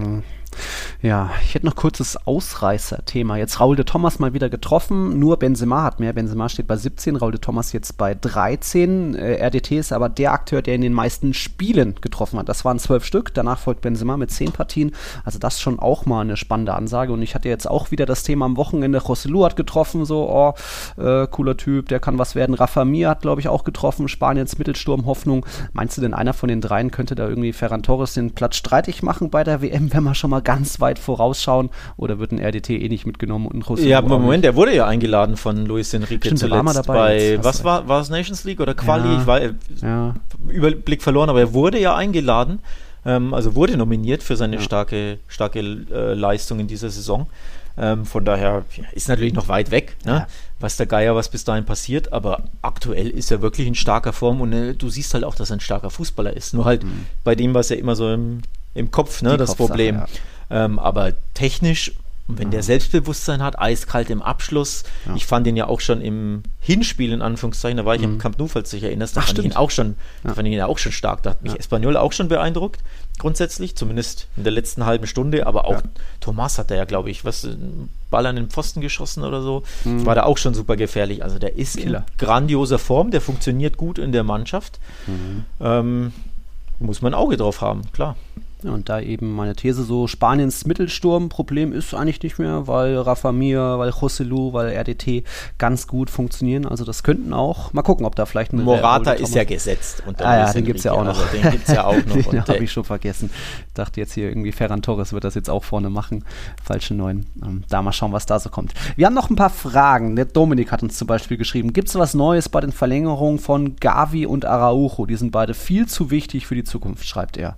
Ja, ich hätte noch kurzes Ausreißer-Thema. Jetzt Raúl de Tomás mal wieder getroffen, nur Benzema hat mehr. Benzema steht bei siebzehn, Raúl de Tomás jetzt bei dreizehn. Äh, R D T ist aber der Akteur, der in den meisten Spielen getroffen hat. Das waren zwölf Stück, danach folgt Benzema mit zehn Partien. Also das ist schon auch mal eine spannende Ansage. Und ich hatte jetzt auch wieder das Thema am Wochenende, Joselu hat getroffen, so, oh, äh, cooler Typ, der kann was werden. Rafa Mir hat, glaube ich, auch getroffen, Spaniens Mittelsturm Hoffnung. Meinst du denn, einer von den dreien könnte da irgendwie Ferran Torres den Platz streitig machen bei der W M, wenn wir schon mal ganz weit vorausschauen, oder wird ein R D T eh nicht mitgenommen und ein Joselu? Ja, aber Moment, der wurde ja eingeladen von Luis Enrique. Stimmt, zuletzt war dabei bei, jetzt, was war, war es Nations League oder Quali? Ja, ich war ja. Überblick verloren, aber er wurde ja eingeladen, ähm, also wurde nominiert für seine ja. starke, starke äh, Leistung in dieser Saison. Ähm, von daher ja, ist natürlich noch weit weg, ne? Ja. Was der Geier, was bis dahin passiert, aber aktuell ist er wirklich in starker Form und äh, du siehst halt auch, dass er ein starker Fußballer ist. Nur halt mhm. bei dem war es ja immer so im, im Kopf, ne, Die das Kopfsache, Problem. ja. Ähm, aber technisch, wenn ja. der Selbstbewusstsein hat, eiskalt im Abschluss. Ja. Ich fand ihn ja auch schon im Hinspiel, in Anführungszeichen, da war ich mhm. im Camp Nou, falls du dich erinnerst, da Ach, fand ich ihn auch schon, ja. da fand ich ihn auch schon stark. Da hat mich ja. Espanyol auch schon beeindruckt, grundsätzlich, zumindest in der letzten halben Stunde, aber auch ja. Thomas hat da ja, glaube ich, was, einen Ball an den Pfosten geschossen oder so, mhm. war da auch schon super gefährlich. Also der ist Killer. In grandioser Form, der funktioniert gut in der Mannschaft. Mhm. Ähm, muss man ein Auge drauf haben, klar. Ja, und da eben meine These so, Spaniens Mittelsturm-Problem ist eigentlich nicht mehr, weil Rafa Mir, weil Joselu, weil R D T ganz gut funktionieren. Also das könnten auch, mal gucken, ob da vielleicht ein Morata ist ja gesetzt. Und ah ja, den gibt es ja auch noch. Also den gibt es ja auch noch. Den habe ich schon vergessen. Ich dachte jetzt hier irgendwie, Ferran Torres wird das jetzt auch vorne machen. Falsche Neun. Ähm, da mal schauen, was da so kommt. Wir haben noch ein paar Fragen. Der Dominik hat uns zum Beispiel geschrieben, gibt es was Neues bei den Verlängerungen von Gavi und Araujo? Die sind beide viel zu wichtig für die Zukunft, schreibt er.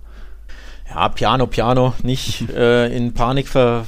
Ja, piano, piano, nicht äh, in Panik ver,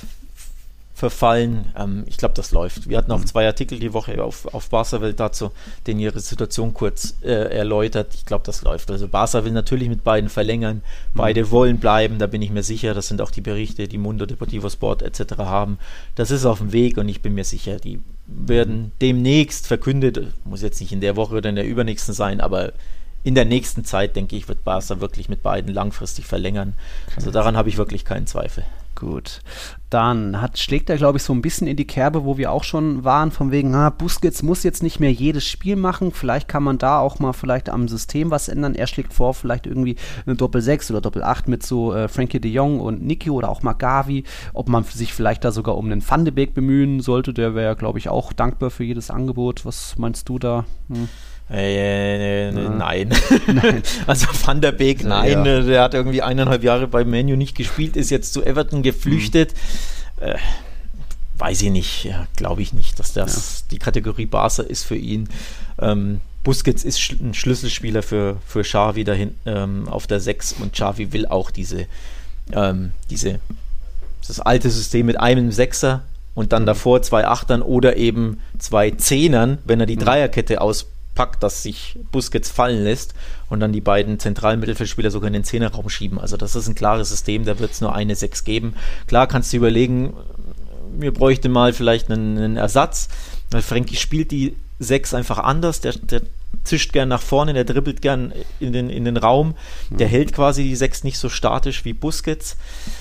verfallen. Ähm, ich glaube, das läuft. Wir hatten auch zwei Artikel die Woche auf, auf Barca-Welt dazu, denen ihre Situation kurz äh, erläutert. Ich glaube, das läuft. Also Barca will natürlich mit beiden verlängern. Beide mhm. wollen bleiben, da bin ich mir sicher. Das sind auch die Berichte, die Mundo Deportivo Sport et cetera haben. Das ist auf dem Weg und ich bin mir sicher, die werden demnächst verkündet, muss jetzt nicht in der Woche oder in der übernächsten sein, aber in der nächsten Zeit, denke ich, wird Barca wirklich mit beiden langfristig verlängern. Also daran habe ich wirklich keinen Zweifel. Gut, dann hat, schlägt er, glaube ich, so ein bisschen in die Kerbe, wo wir auch schon waren, von wegen, ah, Busquets muss jetzt nicht mehr jedes Spiel machen, vielleicht kann man da auch mal vielleicht am System was ändern. Er schlägt vor, vielleicht irgendwie eine Doppel sechs oder Doppel acht mit so äh, Frankie de Jong und Niki oder auch mal Gavi, ob man sich vielleicht da sogar um einen Van de Beek bemühen sollte, der wäre, glaube ich, auch dankbar für jedes Angebot. Was meinst du da? Hm. Äh, äh, ja. Nein. nein. Also Van der Beek, nein. Ja. Der hat irgendwie eineinhalb Jahre bei Man U nicht gespielt, ist jetzt zu Everton geflüchtet. Mhm. Äh, weiß ich nicht, ja, glaube ich nicht, dass das ja. die Kategorie Barca ist für ihn. Ähm, Busquets ist sch- ein Schlüsselspieler für, für Xavi dahin ähm, auf der sechs und Xavi will auch diese, ähm, diese das alte System mit einem Sechser und dann mhm. davor zwei Achtern oder eben zwei Zehnern, wenn er die mhm. Dreierkette aus packt, dass sich Busquets fallen lässt und dann die beiden zentralen Mittelfeldspieler sogar in den Zehnerraum schieben. Also das ist ein klares System, da wird es nur eine sechs geben. Klar kannst du überlegen, wir bräuchten mal vielleicht einen, einen Ersatz, weil Frenkie spielt die sechs einfach anders, der, der zischt gern nach vorne, der dribbelt gern in den, in den Raum, der hält quasi die sechs nicht so statisch wie Busquets.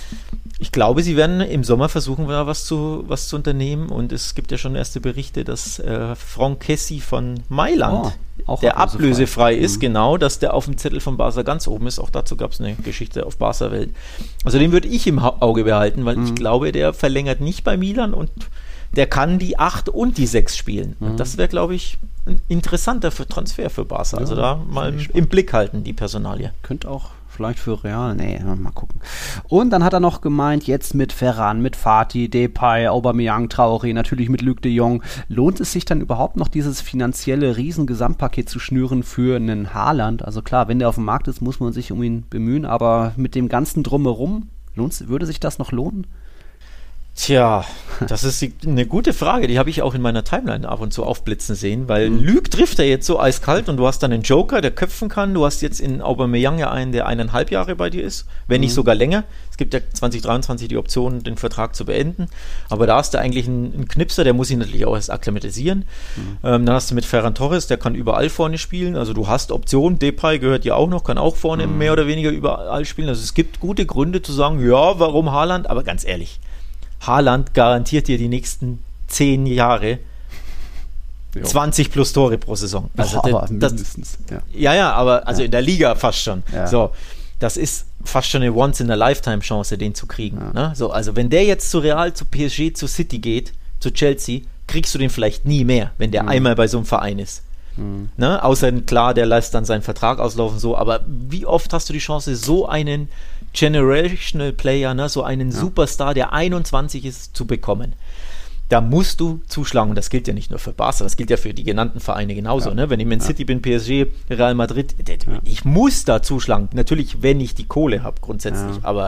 Ich glaube, sie werden im Sommer versuchen, was zu, was zu unternehmen und es gibt ja schon erste Berichte, dass äh, Franck Kessie von Mailand, oh, der ablösefrei, ablösefrei ist, mhm. genau, dass der auf dem Zettel von Barca ganz oben ist. Auch dazu gab es eine Geschichte auf Barca-Welt. Also den würde ich im ha- Auge behalten, weil mhm. ich glaube, der verlängert nicht bei Milan und der kann die acht und die sechs spielen. Mhm. Und das wäre, glaube ich, ein interessanter für Transfer für Barca. Ja, also da mal im Blick halten, die Personalie. Könnte auch vielleicht für Real, nee, mal gucken. Und dann hat er noch gemeint, jetzt mit Ferran, mit Fati, Depay, Aubameyang, Traoré, natürlich mit Luc de Jong. Lohnt es sich dann überhaupt noch, dieses finanzielle Riesengesamtpaket zu schnüren für einen Haaland? Also klar, wenn der auf dem Markt ist, muss man sich um ihn bemühen, aber mit dem ganzen Drumherum, lohnt, würde sich das noch lohnen? Tja, das ist die, eine gute Frage, die habe ich auch in meiner Timeline ab und zu aufblitzen sehen, weil mhm. Lüg trifft er jetzt so eiskalt und du hast dann einen Joker, der köpfen kann, du hast jetzt in Aubameyang ja einen, der eineinhalb Jahre bei dir ist, wenn mhm. nicht sogar länger. Es gibt ja zwanzig dreiundzwanzig die Option, den Vertrag zu beenden, aber da hast du eigentlich einen, einen Knipser, der muss ihn natürlich auch erst akklimatisieren. Mhm. Ähm, dann hast du mit Ferran Torres, der kann überall vorne spielen, also du hast Optionen, Depay gehört ja auch noch, kann auch vorne mhm. mehr oder weniger überall spielen, also es gibt gute Gründe zu sagen, ja, warum Haaland, aber ganz ehrlich, Haaland garantiert dir die nächsten zehn Jahre jo. zwanzig plus Tore pro Saison. Also oh, das, aber mindestens. Das, ja. ja, ja, aber also ja. in der Liga fast schon. Ja. So, das ist fast schon eine Once-in-a-Lifetime-Chance, den zu kriegen. Ja. Ne? So, also wenn der jetzt zu Real, zu P S G, zu City geht, zu Chelsea, kriegst du den vielleicht nie mehr, wenn der mhm. einmal bei so einem Verein ist. Mhm. Ne? Außer klar, der lässt dann seinen Vertrag auslaufen, so, aber wie oft hast du die Chance, so einen Generational Player, ne, so einen ja. Superstar, der einundzwanzig ist, zu bekommen? Da musst du zuschlagen, und das gilt ja nicht nur für Barca, das gilt ja für die genannten Vereine genauso. Ja. Ne? Wenn ich Man City ja. bin, P S G, Real Madrid, ja. ich muss da zuschlagen. Natürlich, wenn ich die Kohle habe, grundsätzlich. Ja. Aber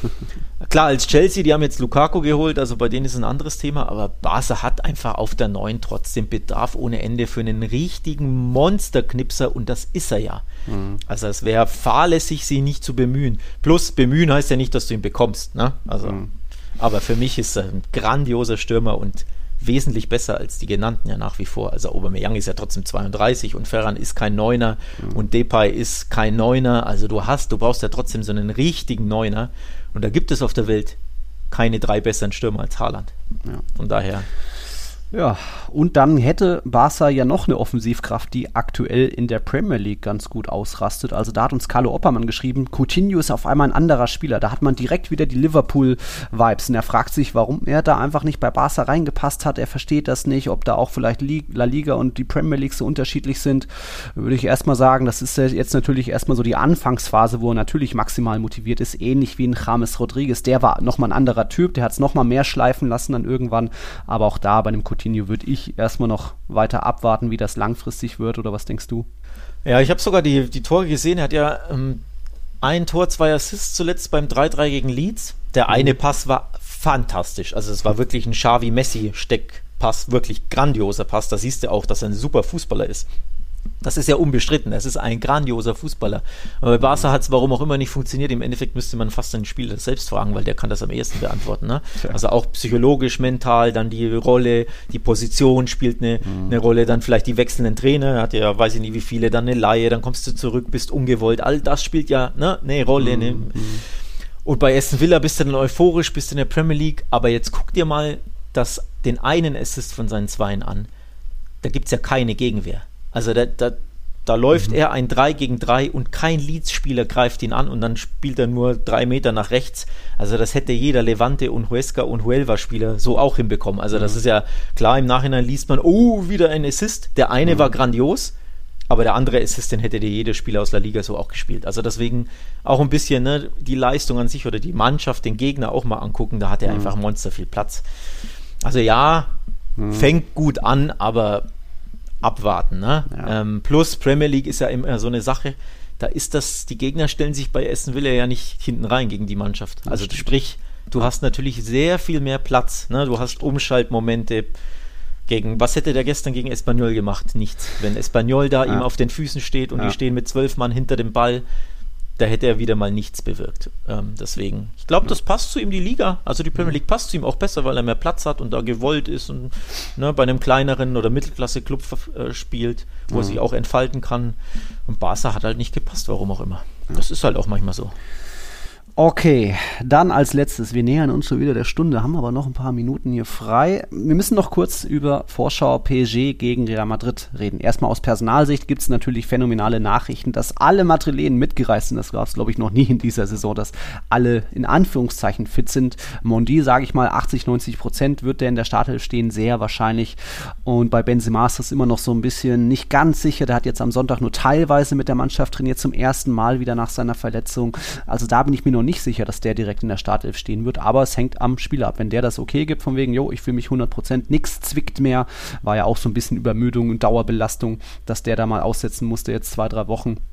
klar, als Chelsea, die haben jetzt Lukaku geholt, also bei denen ist ein anderes Thema, aber Barca hat einfach auf der neuen trotzdem Bedarf ohne Ende für einen richtigen Monsterknipser, und das ist er ja. Mhm. Also es wäre fahrlässig, sie nicht zu bemühen. Plus, bemühen heißt ja nicht, dass du ihn bekommst. Ne? Also... Mhm. Aber für mich ist er ein grandioser Stürmer und wesentlich besser als die genannten ja nach wie vor. Also Aubameyang ist ja trotzdem zweiunddreißig und Ferran ist kein Neuner mhm. und Depay ist kein Neuner. Also du hast, du brauchst ja trotzdem so einen richtigen Neuner. Und da gibt es auf der Welt keine drei besseren Stürmer als Haaland. Ja. Von daher... Ja, und dann hätte Barca ja noch eine Offensivkraft, die aktuell in der Premier League ganz gut ausrastet. Also da hat uns Carlo Oppermann geschrieben, Coutinho ist auf einmal ein anderer Spieler. Da hat man direkt wieder die Liverpool-Vibes. Und er fragt sich, warum er da einfach nicht bei Barca reingepasst hat. Er versteht das nicht, ob da auch vielleicht La Liga und die Premier League so unterschiedlich sind. Würde ich erstmal sagen, das ist jetzt natürlich erstmal so die Anfangsphase, wo er natürlich maximal motiviert ist. Ähnlich wie ein James Rodriguez. Der war nochmal ein anderer Typ. Der hat es nochmal mehr schleifen lassen dann irgendwann. Aber auch da bei einem Coutinho würde ich erstmal noch weiter abwarten, wie das langfristig wird, oder was denkst du? Ja, ich habe sogar die, die Tore gesehen. Er hat ja ähm, ein Tor, zwei Assists zuletzt beim drei drei gegen Leeds. Der mhm. eine Pass war fantastisch. Also es war wirklich ein Xavi-Messi-Steckpass, wirklich grandioser Pass. Da siehst du auch, dass er ein super Fußballer ist. Das ist ja unbestritten, es ist ein grandioser Fußballer. Aber bei Barca hat es warum auch immer nicht funktioniert. Im Endeffekt müsste man fast den Spieler selbst fragen, weil der kann das am ehesten beantworten. Ne? Ja. Also auch psychologisch, mental, dann die Rolle, die Position spielt eine, mhm. eine Rolle, dann vielleicht die wechselnden Trainer, hat ja, weiß ich nicht wie viele, dann eine Leihe, dann kommst du zurück, bist ungewollt. All das spielt ja ne, eine Rolle. Mhm. Ne? Und bei Aston Villa bist du dann euphorisch, bist du in der Premier League, aber jetzt guck dir mal das, den einen Assist von seinen Zweien an. Da gibt es ja keine Gegenwehr. Also da, da, da läuft mhm. er ein drei gegen drei und kein Leeds-Spieler greift ihn an und dann spielt er nur drei Meter nach rechts. Also das hätte jeder Levante und Huesca und Huelva-Spieler so auch hinbekommen. Also mhm. das ist ja klar, im Nachhinein liest man, oh, wieder ein Assist. Der eine mhm. war grandios, aber der andere Assist, den hätte dir jeder Spieler aus La Liga so auch gespielt. Also deswegen auch ein bisschen ne, die Leistung an sich oder die Mannschaft, den Gegner auch mal angucken, da hat er mhm. einfach monster viel Platz. Also ja, mhm. fängt gut an, aber abwarten, ne? Ja. Ähm, plus Premier League ist ja immer so eine Sache, da ist das, die Gegner stellen sich bei Aston Villa ja nicht hinten rein gegen die Mannschaft. Das also stimmt. Sprich, du hast natürlich sehr viel mehr Platz, ne? Du hast Umschaltmomente gegen, was hätte der gestern gegen Espanyol gemacht? Nichts. Wenn Espanyol da ja. ihm auf den Füßen steht und ja. die stehen mit zwölf Mann hinter dem Ball, da hätte er wieder mal nichts bewirkt. Ähm, deswegen, ich glaube, das passt zu ihm, die Liga. Also die Premier League passt zu ihm auch besser, weil er mehr Platz hat und da gewollt ist und ne, bei einem kleineren oder Mittelklasse-Club äh, spielt, wo mhm. er sich auch entfalten kann. Und Barca hat halt nicht gepasst, warum auch immer. Das ist halt auch manchmal so. Okay, dann als letztes, wir nähern uns schon wieder der Stunde, haben aber noch ein paar Minuten hier frei. Wir müssen noch kurz über Vorschau P S G gegen Real Madrid reden. Erstmal aus Personalsicht gibt es natürlich phänomenale Nachrichten, dass alle Madrilenen mitgereist sind. Das gab es, glaube ich, noch nie in dieser Saison, dass alle in Anführungszeichen fit sind. Mondi, sage ich mal, achtzig, neunzig Prozent wird der in der Startelf stehen, sehr wahrscheinlich. Und bei Benzema ist das immer noch so ein bisschen nicht ganz sicher. Der hat jetzt am Sonntag nur teilweise mit der Mannschaft trainiert, zum ersten Mal wieder nach seiner Verletzung. Also da bin ich mir noch nicht sicher, dass der direkt in der Startelf stehen wird, aber es hängt am Spieler ab. Wenn der das okay gibt, von wegen, jo, ich fühle mich hundert Prozent, nix zwickt mehr, war ja auch so ein bisschen Übermüdung und Dauerbelastung, dass der da mal aussetzen musste, jetzt zwei, drei Wochen.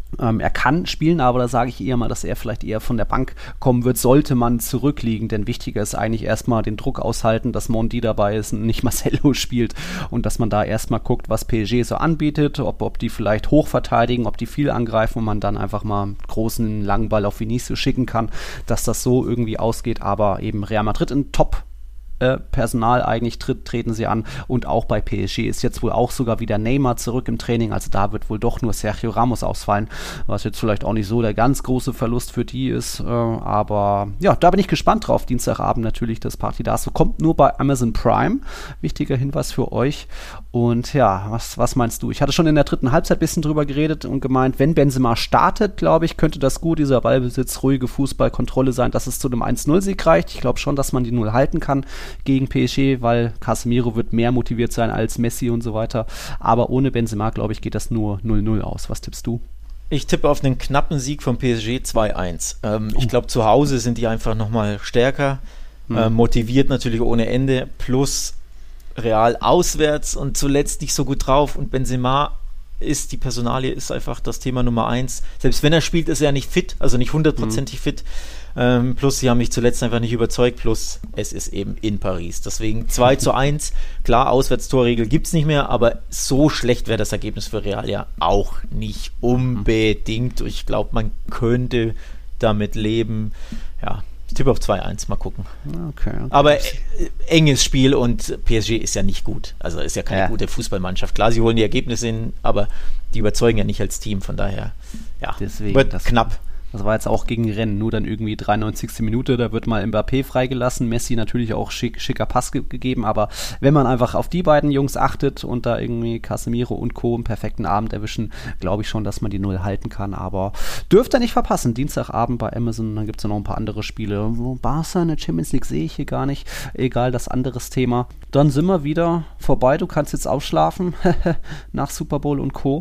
Ähm, er kann spielen, aber da sage ich eher mal, dass er vielleicht eher von der Bank kommen wird, sollte man zurückliegen, denn wichtiger ist eigentlich erstmal den Druck aushalten, dass Mondi dabei ist und nicht Marcelo spielt und dass man da erstmal guckt, was P S G so anbietet, ob, ob die vielleicht hoch verteidigen, ob die viel angreifen und man dann einfach mal einen großen langen Ball auf Vinicius schicken kann, dass das so irgendwie ausgeht, aber eben Real Madrid in Top Äh, Personal eigentlich tritt, treten sie an und auch bei P S G ist jetzt wohl auch sogar wieder Neymar zurück im Training, also da wird wohl doch nur Sergio Ramos ausfallen, was jetzt vielleicht auch nicht so der ganz große Verlust für die ist, äh, aber ja, da bin ich gespannt drauf. Dienstagabend natürlich das Partidazo, kommt nur bei Amazon Prime, wichtiger Hinweis für euch. Und ja, was, was meinst du? Ich hatte schon in der dritten Halbzeit ein bisschen drüber geredet und gemeint, wenn Benzema startet, glaube ich, könnte das gut, dieser Ballbesitz, ruhige Fußballkontrolle sein, dass es zu einem eins null Sieg reicht. Ich glaube schon, dass man die Null halten kann gegen P S G, weil Casemiro wird mehr motiviert sein als Messi und so weiter. Aber ohne Benzema, glaube ich, geht das nur null null aus. Was tippst du? Ich tippe auf einen knappen Sieg von P S G zwei eins. Ähm, oh. Ich glaube, zu Hause sind die einfach nochmal stärker, hm. äh, motiviert natürlich ohne Ende, plus Real auswärts und zuletzt nicht so gut drauf und Benzema ist, die Personalie ist einfach das Thema Nummer eins. Selbst wenn er spielt, ist er nicht fit, also nicht hundertprozentig mhm. fit. Ähm, plus, sie haben mich zuletzt einfach nicht überzeugt, plus es ist eben in Paris. Deswegen zwei zu eins, klar, Auswärtstorregel gibt es nicht mehr, aber so schlecht wäre das Ergebnis für Real ja auch nicht unbedingt. Ich glaube, man könnte damit leben. Ja, ich tippe auf zwei eins, mal gucken. Okay, okay. Aber äh, enges Spiel und P S G ist ja nicht gut. Also ist ja keine ja. gute Fußballmannschaft. Klar, sie holen die Ergebnisse hin, aber die überzeugen ja nicht als Team. Von daher, ja, Deswegen, wird das knapp. Das war jetzt auch gegen Rennen, nur dann irgendwie dreiundneunzigste Minute, da wird mal Mbappé freigelassen, Messi natürlich auch schick, schicker Pass ge- gegeben, aber wenn man einfach auf die beiden Jungs achtet und da irgendwie Casemiro und Co. einen perfekten Abend erwischen, glaube ich schon, dass man die Null halten kann, aber dürft ihr nicht verpassen, Dienstagabend bei Amazon, dann gibt es ja noch ein paar andere Spiele, Barca in der Champions League sehe ich hier gar nicht, egal, das anderes Thema. Dann sind wir wieder vorbei, du kannst jetzt ausschlafen nach Super Bowl und Co.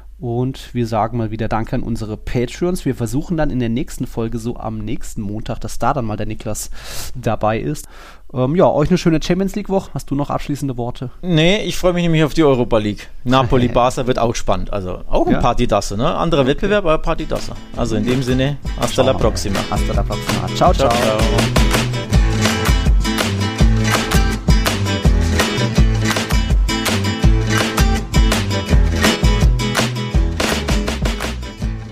Und wir sagen mal wieder Danke an unsere Patreons. Wir versuchen dann in der nächsten Folge, so am nächsten Montag, dass da dann mal der Niklas dabei ist. Ähm, ja, euch eine schöne Champions League-Woche. Hast du noch abschließende Worte? Nee, ich freue mich nämlich auf die Europa League. Napoli-Barca wird auch spannend. Also auch ein ja. Partidasse, ne? Anderer okay. Wettbewerb, aber Partidasse. Also in dem Sinne, hasta la próxima. Hasta la próxima. Ciao, ciao. ciao. ciao.